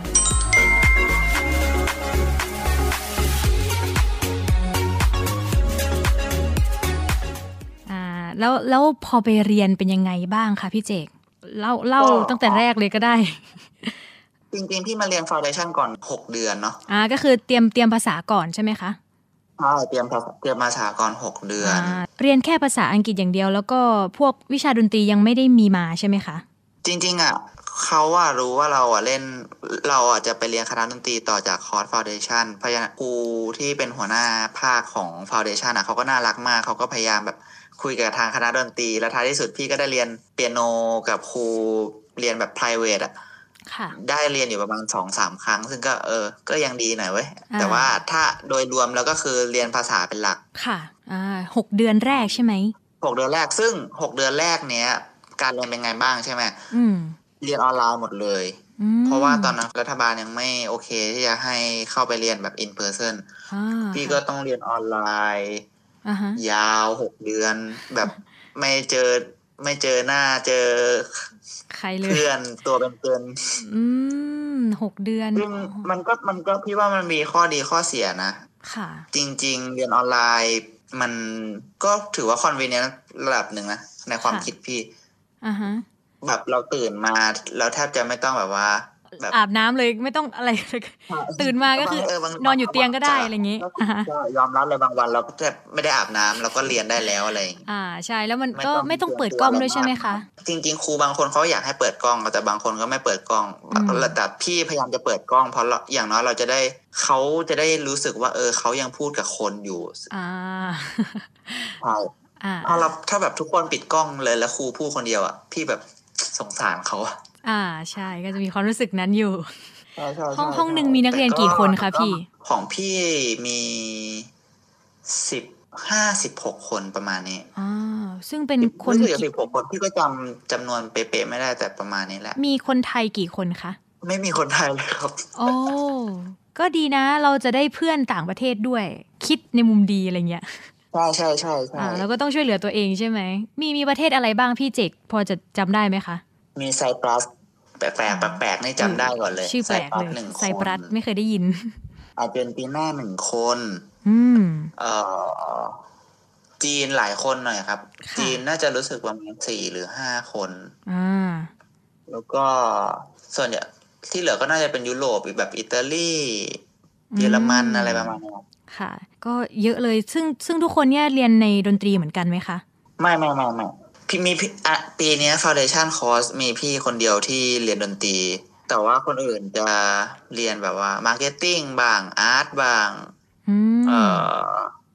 แล้วแล้วพอไปเรียนเป็นยังไงบ้างคะพี่เจกเล่าเล่าตั้งแต่แรกเลยก็ได้จริงๆพี่มาเรียน Foundation ก่อนหกเดือนเนาะอ่าก็คือเตรียมเตรียมภาษาก่อนใช่ไหมคะใช่เตรียมเตรียมภาษาก่อนหกเดือนเรียนแค่ภาษาอังกฤษอย่างเดียวแล้วก็พวกวิชาดนตรียังไม่ได้มีมาใช่ไหมคะจริงๆอ่ะเขาว่ารู้ว่าเราอ่ะเล่นเราอ่ะจะไปเรียนคณะดนตรีต่อจากคอร์ส Foundation เพราะฉะนั้นครูที่เป็นหัวหน้าภาคของ Foundation อ่ะเขาก็น่ารักมากเขาก็พยายามแบบคุยกับทางคณะดนตรีและท้ายที่สุดพี่ก็ได้เรียนเปียโนกับครูเรียนแบบ private อ่ะได้เรียนอยู่ประมาณ สองถึงสาม ครั้งซึ่งก็เออก็ยังดีหน่อยเว้ยแต่ว่าถ้าโดยรวมแล้วก็คือเรียนภาษาเป็นหลักค่ะอ่าหกเดือนแรกใช่ไหมหกเดือนแรกซึ่งหกเดือนแรกเนี้ยการเรียนเป็นไงบ้างใช่ไหมอืมเรียนออนไลน์หมดเลยเพราะว่าตอนนั้นรัฐบาลยังไม่โอเคที่จะให้เข้าไปเรียนแบบ in person พี่ก็ต้องเรียนออนไลน์ Uh-huh. ยาวหกเดือนแบบไม่เจอไม่เจอหน้าเจอใครเลยเพื่อนตัวเป็นเพื่อนอืมหกเดือนซึ่งมันก็มันก็พี่ว่ามันมีข้อดีข้อเสียนะค่ะจริงๆเรียนออนไลน์มันก็ถือว่า convenient ระดับหนึ่งนะในความคิดพี่อ่าฮะแบบเราตื่นมาเราแทบจะไม่ต้องแบบว่าอาบน้ำเลยไม่ต้องอะไรตื่นมาก็คือนอนอยู่เตียงก็ได้อะไรอย่างงี้ก็ยอมรับเลยบางวันเราก็จะไม่ได้อาบน้ำเราก็เรียนได้แล้วอะไรอ่าใช่แล้วมันก็ไม่ต้องเปิดกล้องด้วยใช่ไหมคะจริงๆครูบางคนเขาอยากให้เปิดกล้องแต่บางคนก็ไม่เปิดกล้องแต่พี่พยายามจะเปิดกล้องเพราะอย่างน้อยเราจะได้เขาจะได้รู้สึกว่าเออเขายังพูดกับคนอยู่อ่าใช่ถ้าเราถ้าแบบทุกคนปิดกล้องเลยแล้วครูพูดคนเดียวอ่ะพี่แบบสงสารเขาอ่าใช่ก็จะมีความรู้สึกนั้นอยู่ห้องห้องหนึ่งมีนักเรียนกี่คนคะพี่ของพี่มีสิบห้าสิบหกคนประมาณนี้อ่าซึ่งเป็นคนสิบหกคนพี่ก็จำจำนวนเป๊ะๆไม่ได้แต่ประมาณนี้แหละมีคนไทยกี่คนคะไม่มีคนไทยเลยครับโอ้ก็ดีนะเราจะได้เพื่อนต่างประเทศด้วยคิดในมุมดีอะไรเงี้ยใช่ใช่ใช่ใช่อ่าแล้วก็ต้องช่วยเหลือตัวเองใช่ไหมมีมีประเทศอะไรบ้างพี่เจกพอจะจำได้ไหมคะมีไซปรัสแปลกๆแปลกๆนี่จำได้ก่อนเลยชื่อแปลกเลยไซปรัสไม่เคยได้ยินอาร์เจนตินาหนึ่งคนอืมเอ่อจีนหลายคนหน่อยครับจีนน่าจะรู้สึกประมาณสี่หรือห้าคนอ่าแล้วก็ส่วนใหญ่ที่เหลือก็น่าจะเป็นยุโรปแบบอิตาลีเยอรมันอะไรประมาณนี้ค่ะก็เยอะเลยซึ่งซึ่งทุกคนเนี่ยเรียนในดนตรีเหมือนกันไหมคะไม่ไม่ไม่ไม่พี่มีอ่ะปีนี้ Foundation Course มีพี่คนเดียวที่เรียนดนตรีแต่ว่าคนอื่นจะเรียนแบบว่า Marketing บ้าง Art บ้างเอ่อ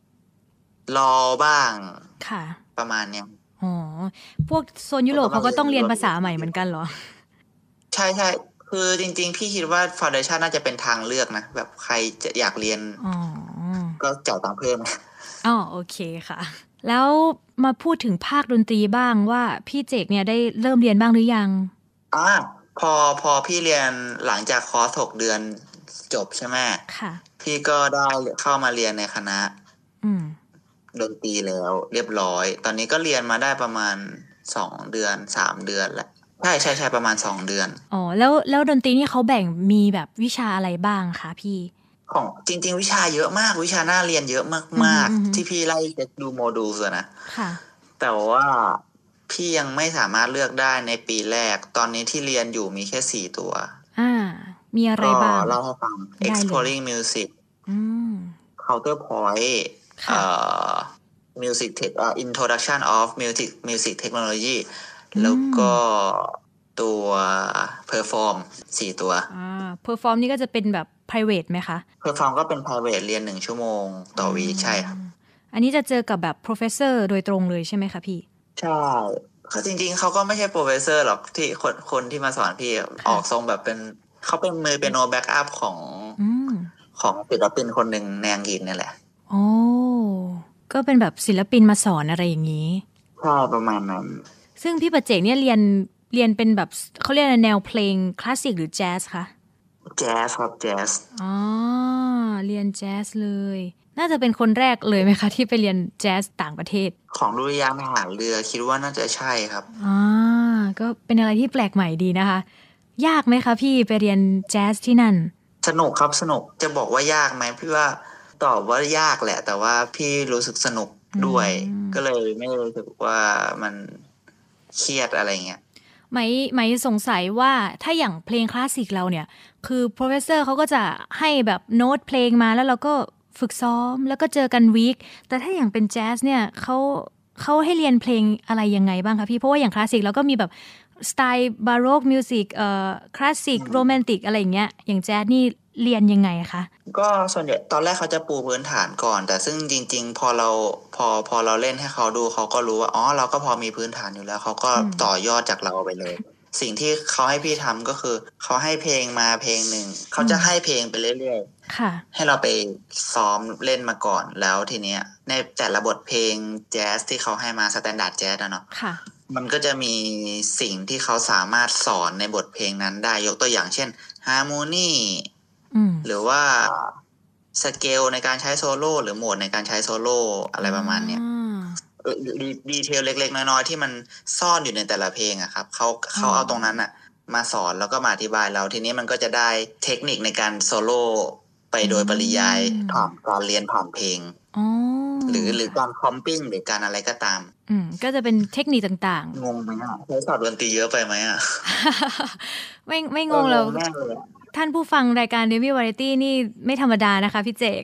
Law บ้างค่ะประมาณเนี้ยอ๋อพวกโซนยุโรปเขาก็ต้องเรียนภาษาใหม่เหมือนกันเหรอใช่ใช่คือจริงๆพี่คิดว่า Foundation น่าจะเป็นทางเลือกนะแบบใครจะอยากเรียนก็จ่ายตังค์เพิ่มอ๋อโอเคค่ะแล้วมาพูดถึงภาคดนตรีบ้างว่าพี่เจกเนี่ยได้เริ่มเรียนบ้างหรือยังอ่าพอพอพี่เรียนหลังจากคอร์สหกเดือนจบใช่ไหมค่ะพี่ก็ได้เข้ามาเรียนในคณะดนตรีแล้วเรียบร้อยตอนนี้ก็เรียนมาได้ประมาณสองเดือนสามเดือนแหละใช่ใช่ใช่ประมาณสองเดือนอ๋อแล้วแล้วดนตรีนี่เขาแบ่งมีแบบวิชาอะไรบ้างคะพี่ของจริงๆวิชาเยอะมากวิชาน่าเรียนเยอะมากๆที่พี่ไล่เช็คดูโมดูลนะค่ะแต่ว่าพี่ยังไม่สามารถเลือกได้ในปีแรกตอนนี้ที่เรียนอยู่มีแค่สี่ตัวอ่ามีอะไรบ้างก็เล่าให้ฟัง exploring music อืม counterpoint เอ่อ music tech เอ่อ introduction of music music technology แล้วก็ตัว perform สี่ตัวอ่า perform นี่ก็จะเป็นแบบ private ไหมคะ perform ก็เป็น private เรียนหนึ่งชั่วโมงต่อวีคใช่ครับอันนี้จะเจอกับแบบ professor โดยตรงเลยใช่ไหมคะพี่ใช่เขาจริงๆเขาก็ไม่ใช่ professor หรอกที่คนคนที่มาสอนพี่ออกทรงแบบเป็นเขาเป็นมือเปียโนแบ็กอัพของของศิลปินคนหนึ่งในอังกฤษนี่แหละโอ้ก็เป็นแบบศิลปินมาสอนอะไรอย่างนี้ใช่ประมาณนั้นซึ่งพี่ประเจกเนี่ยเรียนเรียนเป็นแบบเขาเรียกแนวเพลงคลาสสิกหรือแจ๊สคะแจ๊สครับแจ๊สอ๋อเรียนแจ๊สเลยน่าจะเป็นคนแรกเลยไหมคะที่ไปเรียนแจ๊สต่างประเทศของดุริยางค์ทหารเรือคิดว่าน่าจะใช่ครับอ่าก็เป็นอะไรที่แปลกใหม่ดีนะคะยากไหมคะพี่ไปเรียนแจ๊สที่นั่นสนุกครับสนุกจะบอกว่ายากไหมพี่ว่าตอบว่ายากแหละแต่ว่าพี่รู้สึกสนุกด้วยก็เลยไม่รู้สึกว่ามันเครียดอะไรเงี้ยไหมไหมสงสัยว่าถ้าอย่างเพลงคลาสสิกเราเนี่ยคือ professor เขาก็จะให้แบบโน้ตเพลงมาแล้วเราก็ฝึกซ้อมแล้วก็เจอกันวีคแต่ถ้าอย่างเป็นแจ๊สเนี่ยเขาเขาให้เรียนเพลงอะไรยังไงบ้างคะพี่เพราะว่าอย่างคลาสสิกเราก็มีแบบสไตล์บาโรกมิวสิกเอ่อคลาสสิกโรแมนติกอะไรอย่างเงี้ยอย่างแจ๊สนี่เรียนยังไงคะก็ส่วนใหญ่ตอนแรกเขาจะปูพื้นฐานก่อนแต่ซึ่งจริงๆพอเราพอพอเราเล่นให้เขาดูเขาก็รู้ว่าอ๋อเราก็พอมีพื้นฐานอยู่แล้วเขาก็ต่อยอดจากเราไปเลยสิ่งที่เขาให้พี่ทำก็คือเขาให้เพลงมาเพลงหนึ่งเขาจะให้เพลงไปเรื่อยๆให้เราไปซ้อมเล่นมาก่อนแล้วทีเนี้ยในแต่ละบทเพลงแจ๊สที่เขาให้มาสแตนดาร์ดแจ๊สอะเนาะมันก็จะมีสิ่งที่เขาสามารถสอนในบทเพลงนั้นได้ยกตัวอย่างเช่นฮาร์โมนีหรือว่าสเกลในการใช้โซโล่หรือโหมดในการใช้โซโล่อะไรประมาณเนี้ยดีเทลเล็กๆน้อยๆที่มันซ่อนอยู่ในแต่ละเพลงอะครับเขาเขาเอาตรงนั้นอะมาสอนแล้วก็มาอธิบายเราทีนี้มันก็จะได้เทคนิคในการโซโล่ไปโดยปริยายผ่านการเรียนผ่านเพลงหรือหรือการคอมปิ้งหรือการอะไรก็ตามอืมก็จะเป็นเทคนิคต่างๆงงไหมอ่ะใช้สอบดนตรีเยอะไปไหมอ่ะไม่ไม่งงเราท่านผู้ฟังรายการ Navy Variety นี่ไม่ธรรมดานะคะพี่เจก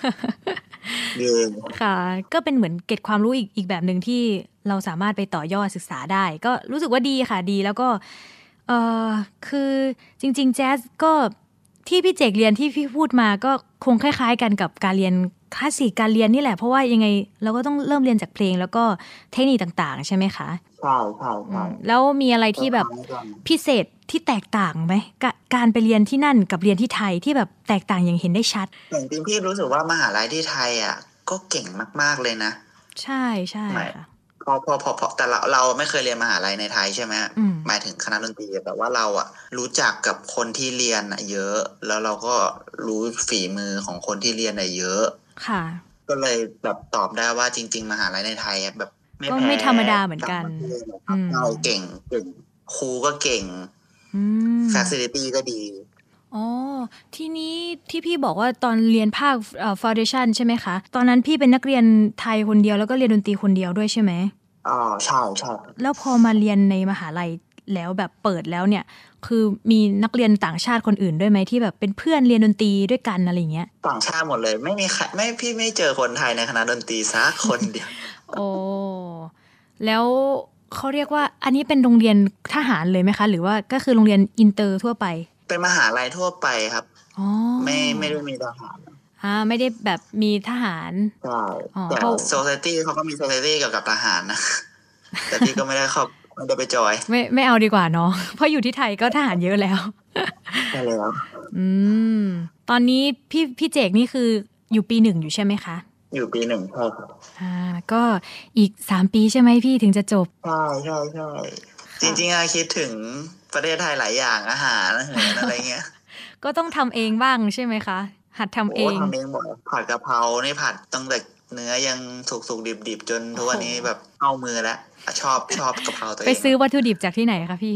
ค่ะก็เป็นเหมือนเก็บความรู้อีกอีกแบบหนึ่งที่เราสามารถไปต่อยอดศึกษาได้ก็รู้สึกว่าดีค่ะดีแล้วก็เออคือจริงๆแจ๊สก็ที่พี่เจกเรียนที่พี่พูดมาก็คงคล้ายๆกันกับการเรียนคลาสสิกการเรียนนี่แหละเพราะว่ายังไงเราก็ต้องเริ่มเรียนจากเพลงแล้วก็เทคนิคต่างๆใช่ไหมคะใช่ใช่ใช่แล้วมีอะไรที่แบบพิเศษที่แตกต่างไหมการไปเรียนที่นั่นกับเรียนที่ไทยที่แบบแตกต่างอย่างเห็นได้ชัดอย่างจริงพี่รู้สึกว่ามหาลัยที่ไทยอ่ะก็เก่งมากๆเลยนะใช่ใช่ค่ะพอพอพอพอแต่เราเราไม่เคยเรียนมหาลัยในไทยใช่ไหมหมายถึงคณะดนตรีแต่ว่าเราอ่ะรู้จักกับคนที่เรียนอ่ะเยอะแล้วเราก็รู้ฝีมือของคนที่เรียนอ่ะเยอะค่ะก็เลยแบบตอบได้ว่าจริงๆมหาลัยในไทยแบบก็ไม่ธรรมดาเหมือนกันเราเก่งเก่งครูก็เก่งฟาซิลิตี้ก็ดีอ๋อทีนี้ที่พี่บอกว่าตอนเรียนภาคเอ่อฟาวเดชั่นใช่ไหมคะตอนนั้นพี่เป็นนักเรียนไทยคนเดียวแล้วก็เรียนดนตรีคนเดียวด้วยใช่ไหมอ๋อใช่ใช่แล้วพอมาเรียนในมหาลัยแล้วแบบเปิดแล้วเนี่ยคือมีนักเรียนต่างชาติคนอื่นด้วยไหมที่แบบเป็นเพื่อนเรียนดนตรีด้วยกันอะไรเงี้ยต่างชาติหมดเลยไม่มีใครไม่พี่ไม่เจอคนไทยในคณะดนตรีสักคนเดียวโอ้แล้วเขาเรียกว่าอันนี้เป็นโรงเรียนทหารเลยไหมคะหรือว่าก็คือโรงเรียนอินเตอร์ทั่วไปเป็นมหาลัยทั่วไปครับอ๋อไม่ไม่ได้มีทหารอ่าไม่ได้แบบมีทหารใช่แต่โซไซตี้เขาก็มีโซไซตี้เกี่ยวกับทหารนะแต่พี่ก็ไม่ได้เข้าไม่ได้ไปจอยไม่ไม่เอาดีกว่าเนาะเพราะอยู่ที่ไทยก็ทหารเยอะแล้วใช่แล้วอืมตอนนี้พี่พี่เจกนี่คืออยู่ปีหนึ่งอยู่ใช่ไหมคะอยู่ปีหนึ่งใช่ครับอ่าก็อีกสามปีใช่ไหมพี่ถึงจะจบใช่ใช่ใช่จริงๆอะคิดถึงประเทศไทยหลายอย่างอาหารอาหารอะไรเงี้ยก็ต้องทำเองบ้างใช่ไหมคะหัดทำเองทำเองหมดผัดกะเพรานี่ผัดตั้งแต่เนื้อยังสุกๆดิบๆจนทุกวันนี้แบบเข้ามือแล้วชอบชอบกะเพราตัวเองไปซื้อวัตถุดิบจากที่ไหนคะพี่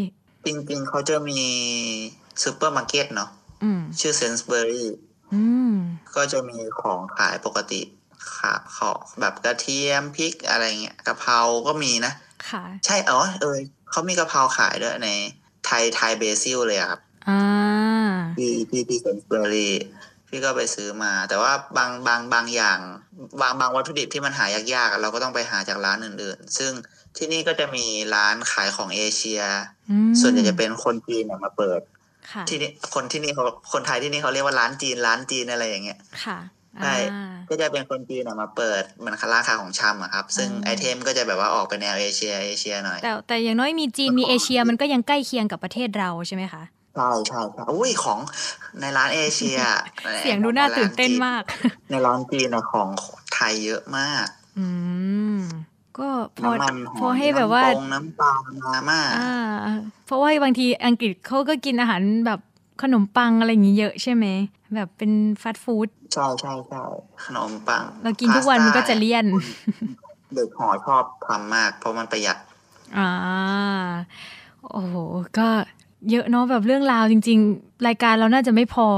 จริงๆเขาจะมีซูเปอร์มาร์เก็ตเนาะชื่อเซนส์เบอรี่ก็จะมีของขายปกติค่ะของแบบกระเทียมพริกอะไรเงี้ยกะเพราก็มีนะค่ะใช่อ๋อเออเขามีกะเพราขายด้วยในไทยไทยเบซิลเลยครับอ่าที่ที่ที่เซนส์เบอรี่พี่ก็ไปซื้อมาแต่ว่าบางบางบางอย่างบางบางวัตถุดิบที่มันหายากๆเราก็ต้องไปหาจากร้านอื่นๆซึ่งที่นี่ก็จะมีร้านขายของเอเชียส่วนใหญ่จะเป็นคนจีนเนี่ยมาเปิดที่นี่คนที่นี่เขาคนไทยที่นี่เขาเรียกว่าร้านจีนร้านจีนอะไรอย่างเงี้ยค่ะใช่ก็จะเป็นคนจีนมาเปิดมันร้านขายของชำอะครับซึ่งไอเทมก็จะแบบว่าออกไปแนวเอเชียเอเชียหน่อยแต่แต่อย่างน้อยมีจีนมีเอเชียมันก็ยังใกล้เคียงกับประเทศเราใช่ไหมคะใช่ใช่ใช่อุ้ยของในร้านเอเชียเสียงดูน่าตื่นเต้นมากในร้านจีนนะของไทยเยอะมากอืมก็พอพอให้แบบว่าน้ำปลามาม่าอ่าเพราะว่าบางทีอังกฤษเขาก็กินอาหารแบบขนมปังอะไรอย่างนี้เยอะใช่ไหมแบบเป็นฟาสต์ฟู้ดใช่ใช่ใช่ขนมปังเรากินทุกวันมันก็จะเลี่ยนเด็กหอชอบทำมากเพราะมันประหยัดอ่าโอ้โหก็เยอะเนาะแบบเรื่องราวจริงๆรายการเราน่าจะไม่พอ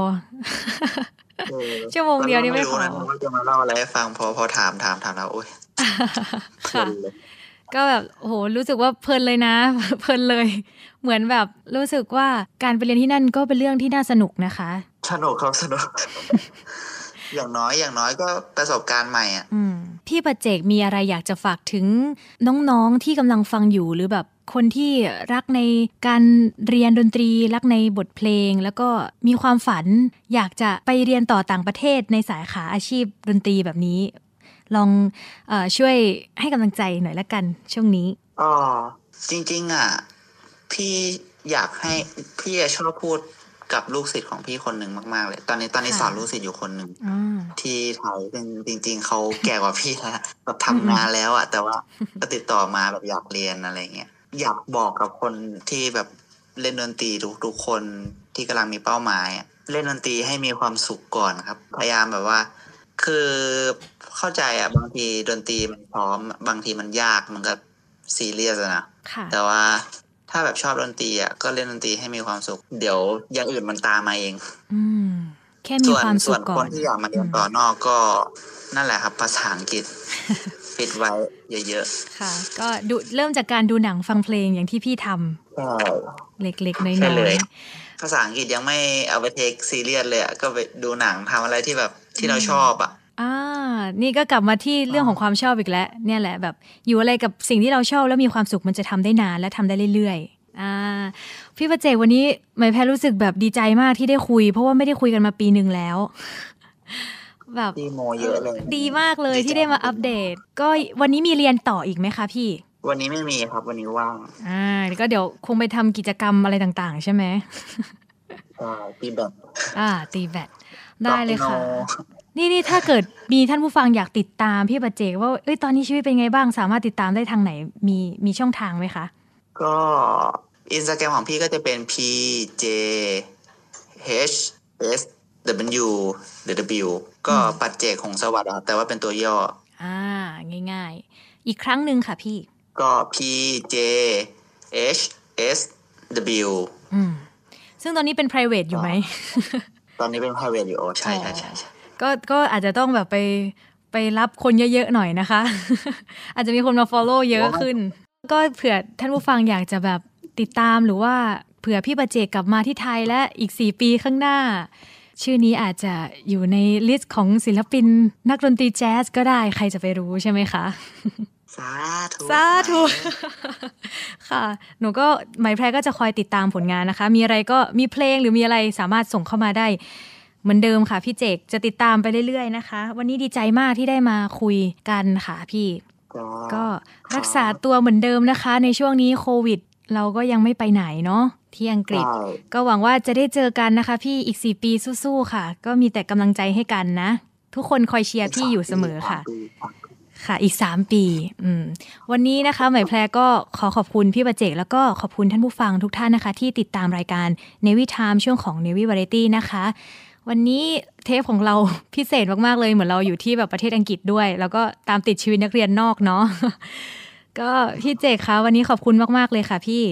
ชั่วโมงเดียวนี่ไม่พอนะว่าจะมาเล่าอะไรให้ฟังพอพอถามถามถามแล้วโอ๊ยค่ะก็แบบโอ้โหรู้สึกว่าเพลินเลยนะเพลินเลยเหมือนแบบรู้สึกว่าการไปเรียนที่นั่นก็เป็นเรื่องที่น่าสนุกนะคะสนุกครับสนุก อย่างน้อยอย่างน้อยก็ประสบการณ์ใหม่อ่ะพี่ประเจกมีอะไรอยากจะฝากถึงน้องๆที่กำลังฟังอยู่หรือแบบคนที่รักในการเรียนดนตรีรักในบทเพลงแล้วก็มีความฝันอยากจะไปเรียนต่อต่างประเทศในสาขาอาชีพดนตรีแบบนี้ลองเอ่อช่วยให้กำลังใจหน่อยละกันช่วงนี้อ๋อจริงๆอ่ะพี่อยากให้พี่ชอบพูดกับลูกศิษย์ของพี่คนหนึ่งมากๆเลยตอนนี้ตอนนี้สอนลูกศิษย์อยู่คนหนึ่งที่ไทยเป็นจริงๆเขาแก่กว่าพี่แล้วแบบทำงานแล้วอ่ะแต่ว่าก็ติดต่อมาแบบอยากเรียนอะไรเงี้ยอยากบอกกับคนที่แบบเล่นดนตรีทุกๆคนที่กำลังมีเป้าหมายเล่นดนตรีให้มีความสุขก่อนครับพยายามแบบว่าคือเข้าใจอ่ะบางทีดนตรีมันพร้อมบางทีมันยากมันก็ซีเรียสนะแต่ว่าถ้าแบบชอบดนตรีอ่ะก็เล่นดนตรีให้มีความสุขเดี๋ยวอย่างอื่นมันตามมาเองอืมแค่มีความสุขก่อนส่วนคนที่อยากมาเรียนต่อนอกก็นั่นแหละครับภาษาอังกฤษปิดไว้เยอะๆค่ะก็ดูเริ่มจากการดูหนังฟังเพลงอย่างที่พี่ทำใช่เล็กๆน้อยๆภาษาอังกฤษยังไม่เอาไปเทคซีเรียสเลยอ่ะก็ไปดูหนังทำอะไรที่แบบที่เราชอบอ่ะอ่านี่ก็กลับมาที่เรื่องของความชอบอีกแล้วเนี่ยแหละแบบอยู่อะไรกับสิ่งที่เราชอบแล้วมีความสุขมันจะทำได้นานและทำได้เรื่อยๆอ่าพี่ประเจกวันนี้หมายแพรรู้สึกแบบดีใจมากที่ได้คุยเพราะว่าไม่ได้คุยกันมาปีนึงแล้วแบบดีโมเยอะเลยดีมากเลยที่ได้มาอัปเดตก็วันนี้มีเรียนต่ออีกไหมคะพี่วันนี้ไม่มีครับวันนี้ว่างอ่าก็เดี๋ยวคงไปทำกิจกรรมอะไรต่างๆใช่ไหมอ่าตีแบดอ่าตีแบดได้เลยค่ะนี่นี่ถ้าเกิดมีท่านผู้ฟังอยากติดตามพี่ประเจกว่าเอ้ยตอนนี้ชีวิตเป็นไงบ้างสามารถติดตามได้ทางไหนมีมีช่องทางไหมคะก็อินสตาแกรมของพี่ก็จะเป็น พี เจ เอช เอส ดับเบิลยู ดับเบิลยู ก็ปัจเจกของสวัสดิ์แต่ว่าเป็นตัวย่ออ่าง่ายๆอีกครั้งนึงค่ะพี่ก็ พี เจ เอช เอส ดับเบิลยูอืมซึ่งตอนนี้เป็น private อยู่ไหมตอนนี้เป็น private อยู่ใช่ใช่ใช่ก็ก็อาจจะต้องแบบไปไปรับคนเยอะๆหน่อยนะคะ อาจจะมีคนมา follow เยอะขึ้นก็เผื่อท่านผู้ฟังอยากจะแบบติดตามหรือว่าเผื่อพี่ประเจกกลับมาที่ไทยและอีกสี่ปีข้างหน้าชื่อนี้อาจจะอยู่ในลิสต์ของศิลปินนักดนตรีแจ๊สก็ได้ใครจะไปรู้ใช่ไหมคะสาธุสาธุค่ะหนูก็หมายแพรก็จะคอยติดตามผลงานนะคะมีอะไรก็มีเพลงหรือมีอะไรสามารถส่งเข้ามาได้เหมือนเดิมค่ะพี่เจกจะติดตามไปเรื่อยๆนะคะวันนี้ดีใจมากที่ได้มาคุยกันค่ะพี่ก็รักษาตัวเหมือนเดิมนะคะในช่วงนี้โควิดเราก็ยังไม่ไปไหนเนาะที่อังกฤษก็หวังว่าจะได้เจอกันนะคะพี่อีกสี่ปีสู้ๆค่ะก็มีแต่กำลังใจให้กันนะทุกคนคอยเชียร์พี่อยู่เสมอค่ะค่ะอีกสามปีอืมวันนี้นะคะหมายแพรก็ขอขอบคุณพี่ประเจกแล้วก็ขอบคุณท่านผู้ฟังทุกท่านนะคะที่ติดตามรายการ Navy Time ช่วงของ Navy Variety นะคะวันนี้เทปของเราพิเศษมากๆเลยเหมือนเราอยู่ที่แบบประเทศอังกฤษด้วยแล้วก็ตามติดชีวิตนักเรียนนอกเนาะก็พี่เจกคะวันนี้ขอบคุณมากๆเลยค่ะพี่ข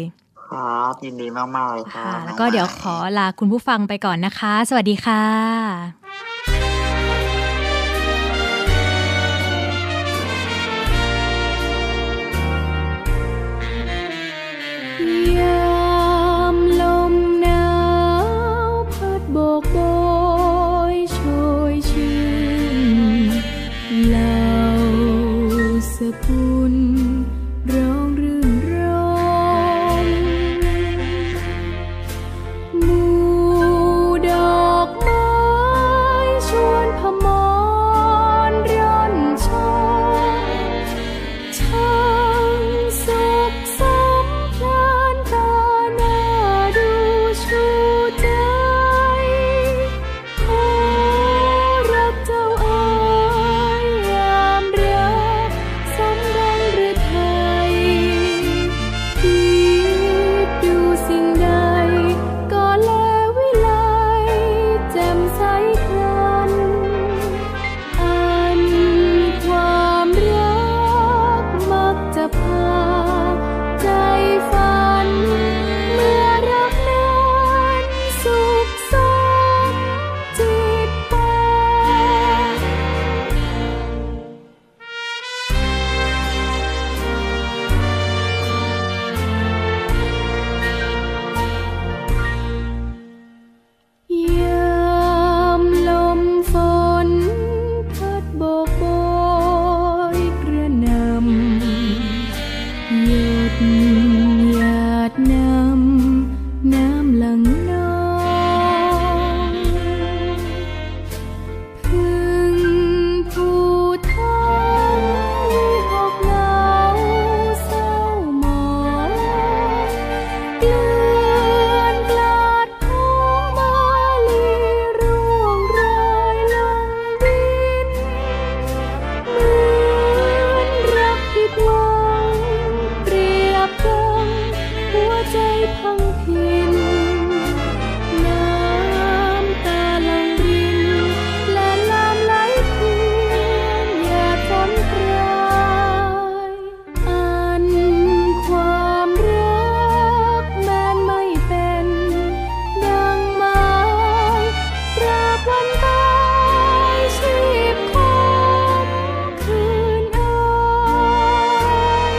ครับยินดีมากๆเลยครับแล้วก็เดี๋ยวขอลาคุณผู้ฟังไปก่อนนะคะสวัสดีค่ะยามลมหนาวพัดโบกโบยโชยชื่นเหล่าสะพุนร้องรื่นรมหมู่ดอกไม้ชวนพมรร่อนชมช่างสุขสำพลานตาหน้าดูชูใจขอรักเจ้าเอ๋ยยามรักสำรังหรือไทยคิดดูสิ่งใดก็แลวิไลแจ่มใสพลันอันความรักมักจะพาใจฝันเมื่อรักนั้นสุขสมจิตปายามลมฝนพัดโบกโบยกระหน่ำหยดหยาดน้ำน้ำหลั่งนองพึ่งผู้ท้องวิหกเหงาเศร้าหมองเกลื่อนกลาดท้องมาลีร่วงโรยลงดินเหมือนรักผิดหวังเปรียบดังหัวใจพังพินน้ำตาหลั่งรินและน้ำไหลเพียงหยาดฝนพรายอันความรักแม้นไม่เป็นดังหมายตราบวันตายชีพคงคืนอาย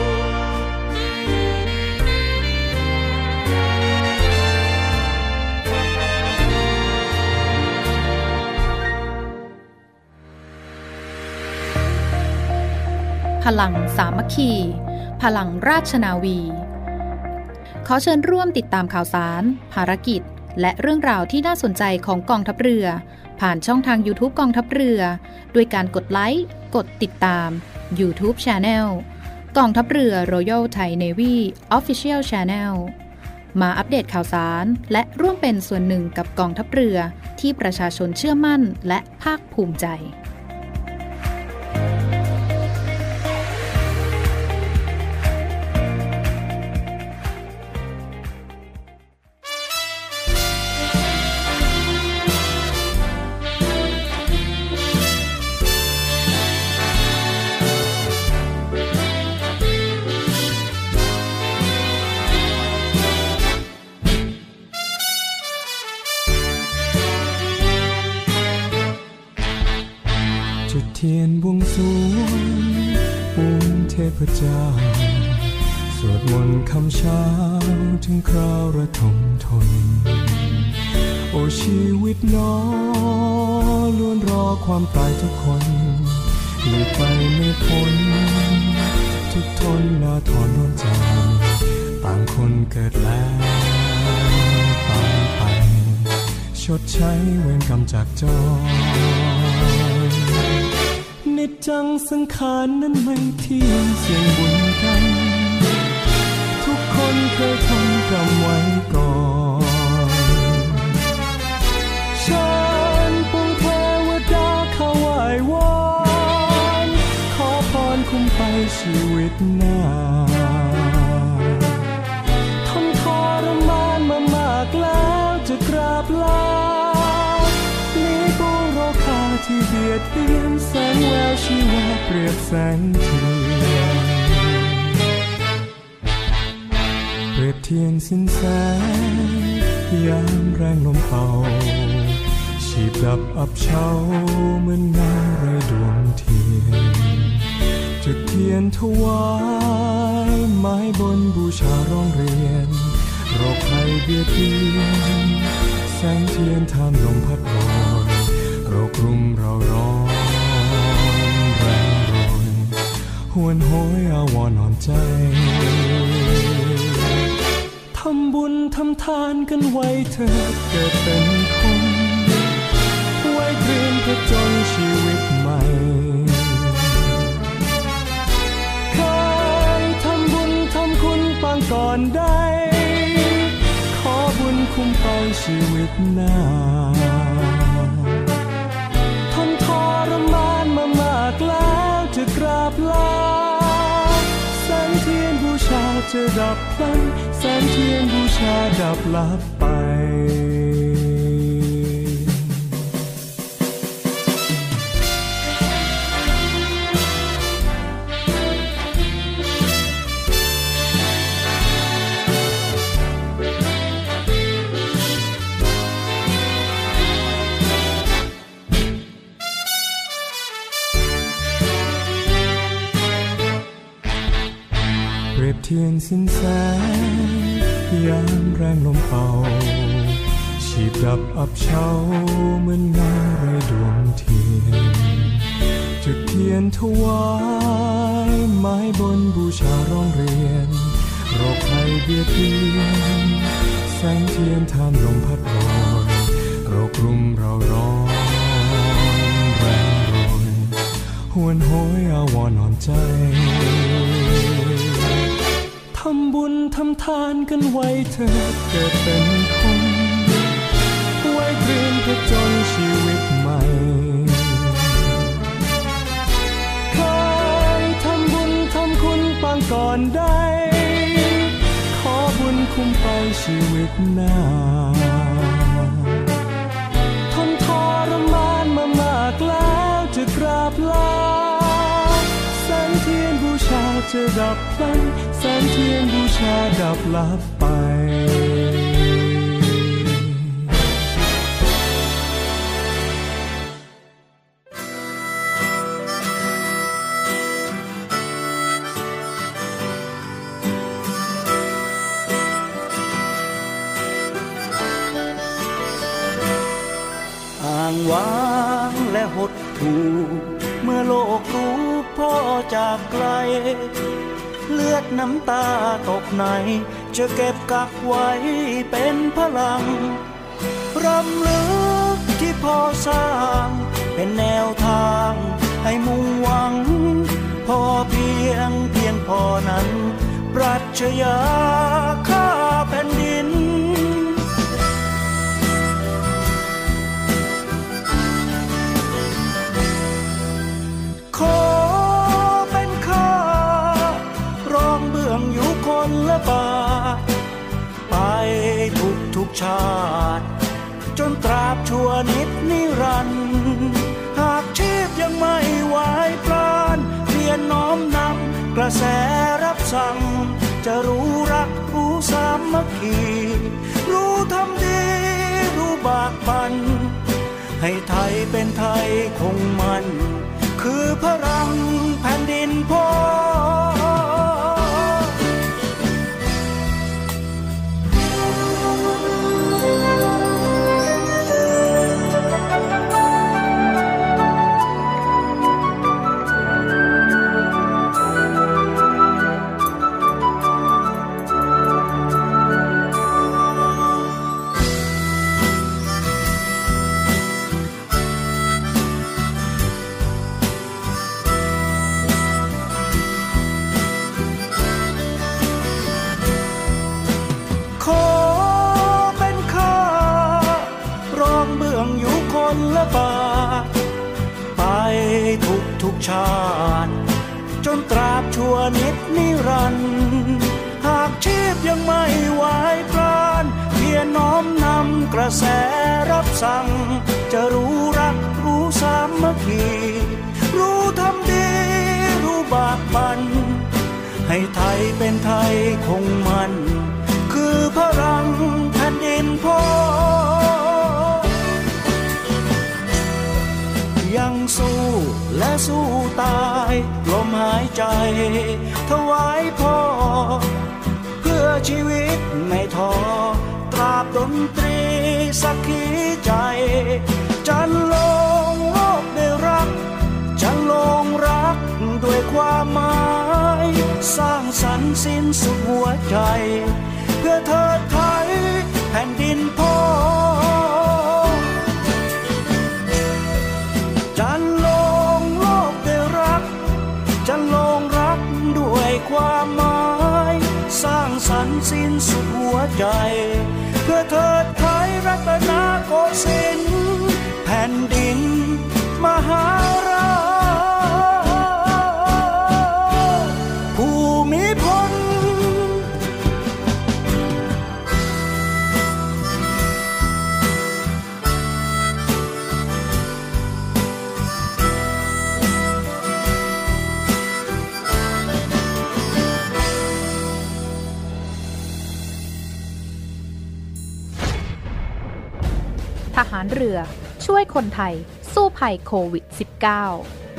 พลังสามัคคี พลังราชนาวี ขอเชิญร่วมติดตามข่าวสาร ภารกิจ และเรื่องราวที่น่าสนใจของกองทัพเรือ ผ่านช่องทาง YouTube กองทัพเรือ ด้วยการกดไลค์ กดติดตาม YouTube Channel กองทัพเรือ Royal Thai Navy Official Channel มาอัปเดตข่าวสาร และร่วมเป็นส่วนหนึ่งกับกองทัพเรือที่ประชาชนเชื่อมั่นและภาคภูมิใจเทียนบวงสรวงองค์เทพเจ้าสวดมนต์คำเช้าถึงคราวระทมทนโอชีวิตน้อล้วนรอความตายทุกคนหลีกไปไม่พ้นทุกทนนาทรนวนใจต่างคนเกิดแล้วตายไปชดใช้เวรกรรมจากจอนิจจังสังขารนั้นไม่เที่ยงเสี่ยงบุญกันทุกคนเคยทำกรรมไว้ก่อนฉันปวงเทวดาเข้าไหว้วอนขอพรคุ้มไปชีวิตหน้าทนทรมานมามากแล้วจะกราบลามีบุโรคาที่เบียดเบียนแสงแววชีวาเปรียบแสงเทียนเปรียบบเทียนสิ้นแสงยามแรงลมเป่าชีพดับอับเฉาเหมือนเงาไรดวงเทียนจุดเทียนถวายไม้บนบูชาร้องเรียนโรคภัยเบียดเบียนแสงเทียนทามลมพัดลอยโรครุมเราร้อนแรงรอยหวนโหยอาวรณ์อ่อนใจทำบุญทำทานกันไว้เถิดเกิดเป็นคนไว้เตรียมผจญชีวิตใหม่เคยทำบุญทำคุณปางก่อนได้ขอบุญคุ้มไปชีวิตหน้าทนทรมานมามากแล้วจะกราบลาแสงเทียนบูชาจะดับพลันแสงเทียนบูชาดับลับไปเทียนสิ้นแสงยามแรงลมเป่าชีพดับอับเฉาเหมือนเงาไรดวงเทียนจุดเทียนถวายไม้บนบูชาร้องเรียนโรคภัยเบียดเบียนแสงเทียนทามลมพัดลอยโรครุมเราร้อนแรงรอยหวนโหยอาวรณ์อ่อนใจทำบุญทำทานกันไว้เถิดเกิดเป็นคนไว้เตรียมผจญชีวิตใหม่เคยทำบุญทำคุณปางก่อนได้ขอบุญคุ้มไปชีวิตหน้าทนทรมานมามากแล้วจะกราบลาแสงเทียนบูชาจะดับพลันแสงเทียนบูชาดับลับไปอ้างว้างและหดหู่เมื่อโลกรู้พ่อจากไกลเลือดน้ำตาตกในจะเก็บกักไว้เป็นพลังรำลึกที่พ่อสร้างเป็นแนวทางให้มุ่งหวังพอเพียงเพียงพอนั้นปรัชญาข้าแผ่นดินขอเป็นข้ารองเบื้องอยู่คนละบาทไปทุกทุกชาติจนตราบชั่วนิดนิรันดร์หากชีพยังไม่ไหวพรานเพียรน้อมนำกระแสรับสั่งจะรู้รักรู้สามัคคีรู้ทำดีรู้บากบั่นให้ไทยเป็นไทยคงมันคือพลังแผ่นดินพ่อชาติจนตราบชั่วนิดนิรันดร์หากชีพยังไม่ไหวพรานเพียรน้อมนำกระแสรับสั่งจะรู้รักรู้สามัคคีรู้ทำดีรู้บากบั่นให้ไทยเป็นไทยคงมันสู้ตายลมหายใจถวายพ่อเพื่อชีวิตไม่ท้อตราบดนตรีสักขีใจจันลงโลกได้รักจันลงรักด้วยความหมายสร้างสรรค์สิ้นสุดหัวใจเพื่อเทิดไทยแผ่นดินพ่อจันลงโลกได้รักจันลงรักด้วยความหมายสร้างสรรค์สิ้นสุดหัวใจเพื่อเทิดไทยรัตนโกสินทร์แผ่นดินมหาราชภูมิพลทหารเรือช่วยคนไทยสู้ภัยโควิด สิบเก้า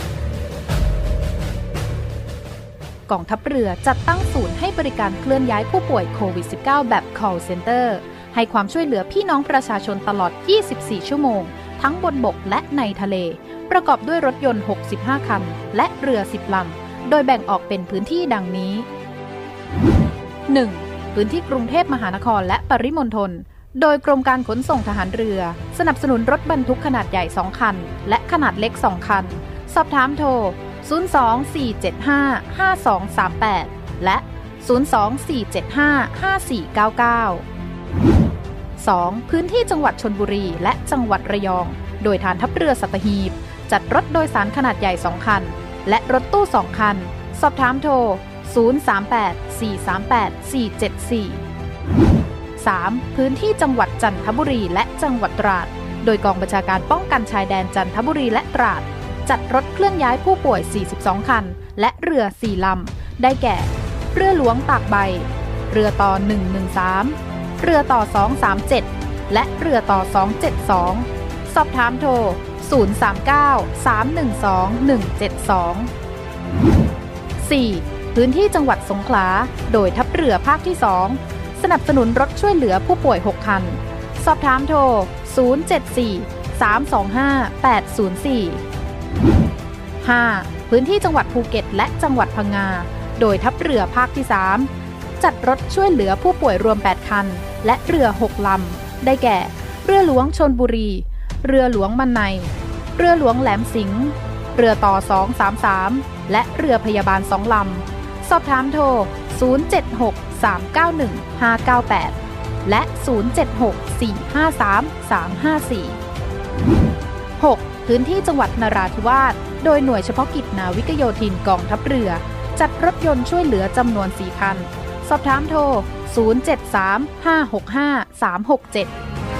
กองทัพเรือจัดตั้งศูนย์ให้บริการเคลื่อนย้ายผู้ป่วยโควิด สิบเก้า แบบ call center ให้ความช่วยเหลือพี่น้องประชาชนตลอด ยี่สิบสี่ ชั่วโมงทั้งบนบกและในทะเลประกอบด้วยรถยนต์ หกสิบห้า คันและเรือ สิบ ลำโดยแบ่งออกเป็นพื้นที่ดังนี้ หนึ่ง พื้นที่กรุงเทพมหานครและปริมณฑลโดยกรมการขนส่งทหารเรือสนับสนุนรถบรรทุกขนาดใหญ่สองคันและขนาดเล็กสองคันสอบถามโทรศูนย์ สอง สี่ เจ็ด ห้า ห้า สอง สาม แปดและศูนย์ สอง สี่ เจ็ด ห้า ห้า สี่ เก้า เก้า สอง พื้นที่จังหวัดชลบุรีและจังหวัดระยองโดยฐานทัพเรือสัตหีบจัดรถโดยสารขนาดใหญ่สองคันและรถตู้สองคันสอบถามโทรศูนย์ สาม แปด สี่ สาม แปด สี่ เจ็ด สี่ สาม พื้นที่จังหวัดจันทบุรีและจังหวัดตราดโดยกองบัญชาการป้องกันชายแดนจันทบุรีและตราดจัดรถเคลื่อนย้ายผู้ป่วยสี่สิบสองคันและเรือสี่ลำได้แก่เรือหลวงตากใบเรือต่อหนึ่งหนึ่งสามเรือต่อสองสามเจ็ดและเรือต่อสองเจ็ดสองสอบถามโทรศูนย์ สาม เก้า สาม หนึ่ง สอง หนึ่ง เจ็ด สอง สี่ พื้นที่จังหวัดสงขลาโดยทัพเรือภาคที่สองสนับสนุนรถช่วยเหลือผู้ป่วยหกคันสอบถามโทรศูนย์ เจ็ด สี่ สาม สอง ห้า แปด ศูนย์ สี่ ห้า พื้นที่จังหวัดภูเก็ตและจังหวัดพังงาโดยทัพเรือภาคที่สามจัดรถช่วยเหลือผู้ป่วยรวมแปดคันและเรือหกลำได้แก่เรือหลวงชลบุรีเรือหลวงมันในเรือหลวงแหลมสิงห์เรือต่อสองสามสามและเรือพยาบาลสองลำสอบถามโทรศูนย์ เจ็ด หก สาม เก้า หนึ่ง ห้า เก้า แปดและศูนย์ เจ็ด หก สี่ ห้า สาม สาม ห้า สี่ หก พื้นที่จังหวัดนราธิวาสโดยหน่วยเฉพาะกิจนาวิกโยธินกองทัพเรือจัดรถยนต์ช่วยเหลือจำนวนสี่คันสอบถามโทรศูนย์ เจ็ด สาม ห้า หก ห้า สาม หก เจ็ด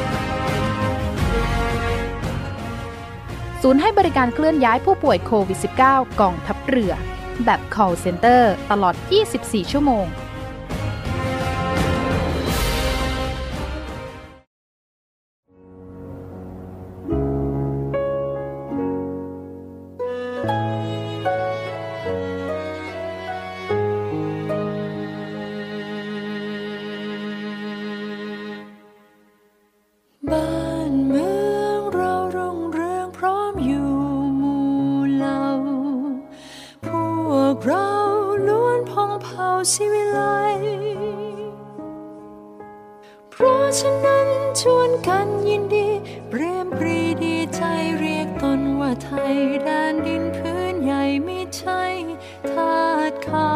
ศูนย์ให้บริการเคลื่อนย้ายผู้ป่วยโควิด สิบเก้า กองทัพเรือแบบ call center ตลอด ยี่สิบสี่ ชั่วโมงสิวิไลเพราะฉะนั้นชวนกันยินดีเปรมปรีดีใจเรียกตนว่าไทยแดนดินพื้นใหญ่ไม่ใช่ทาสเขา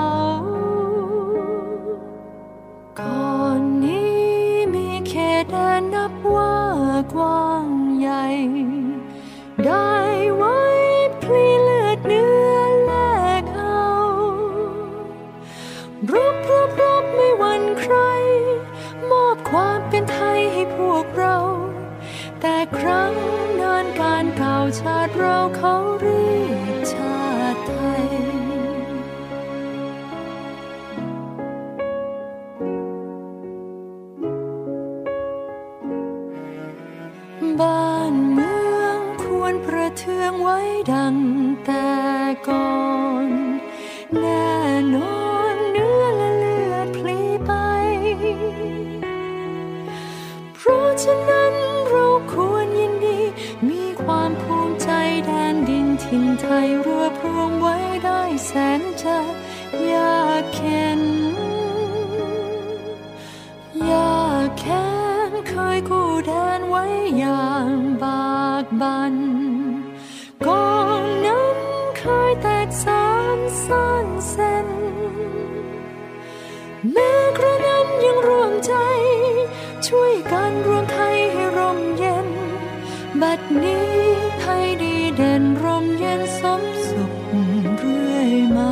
ก่อนนี้มีเขตแดนนับว่ากว้างใหญ่ได้ไว้พลีเลือดเนื้อแลกเอารบรบรบไม่หวั่นใครมอบความเป็นไทยให้พวกเราแต่ครั้งนานการเก่าชาติเราเขาเรียกชาติไทยก่อนแน่นอนเนื้อและเลือดพลีไปเพราะฉะนั้นเราควรยินดีมีความภูมิใจแดนดินถิ่นไทยรวบรวมไว้ได้แสนจะยากเข็นยากแค้นเคยกู้แดนไว้อย่างบากบั่นก่อนนั้นเคยแตกสานซ่านเส้นแม้กระนั้นยังร่วมใจช่วยกันรวมไทยให้ร่มเย็นบัดนี้ไทยดีเด่นร่มเย็นสมสุขเรื่อยมา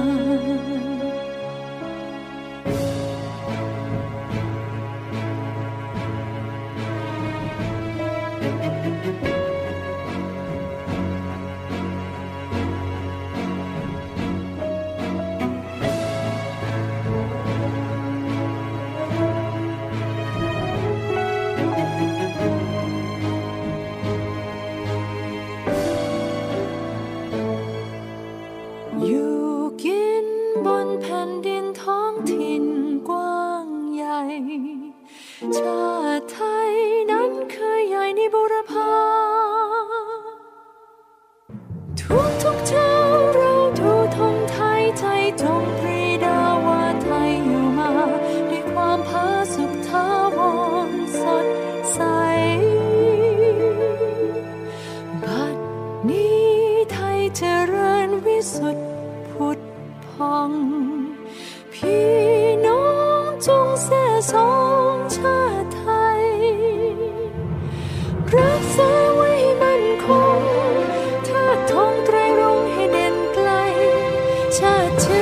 ชาติไทยนั้นเคยใหญ่ในบูรพาทุกทุกเช้าเราดูธงไทยใจจงปรีดาว่าไทยอยู่มาด้วยความผาสุกถาวรสดใสบัดนี้ไทยเจริญวิสุทธิผุดพองพี่น้องจงแส่สองชาติไทยรักษาไว้ให้มั่นคงเทิดธงไตรรงค์ให้เด่นไกลชาติเชื้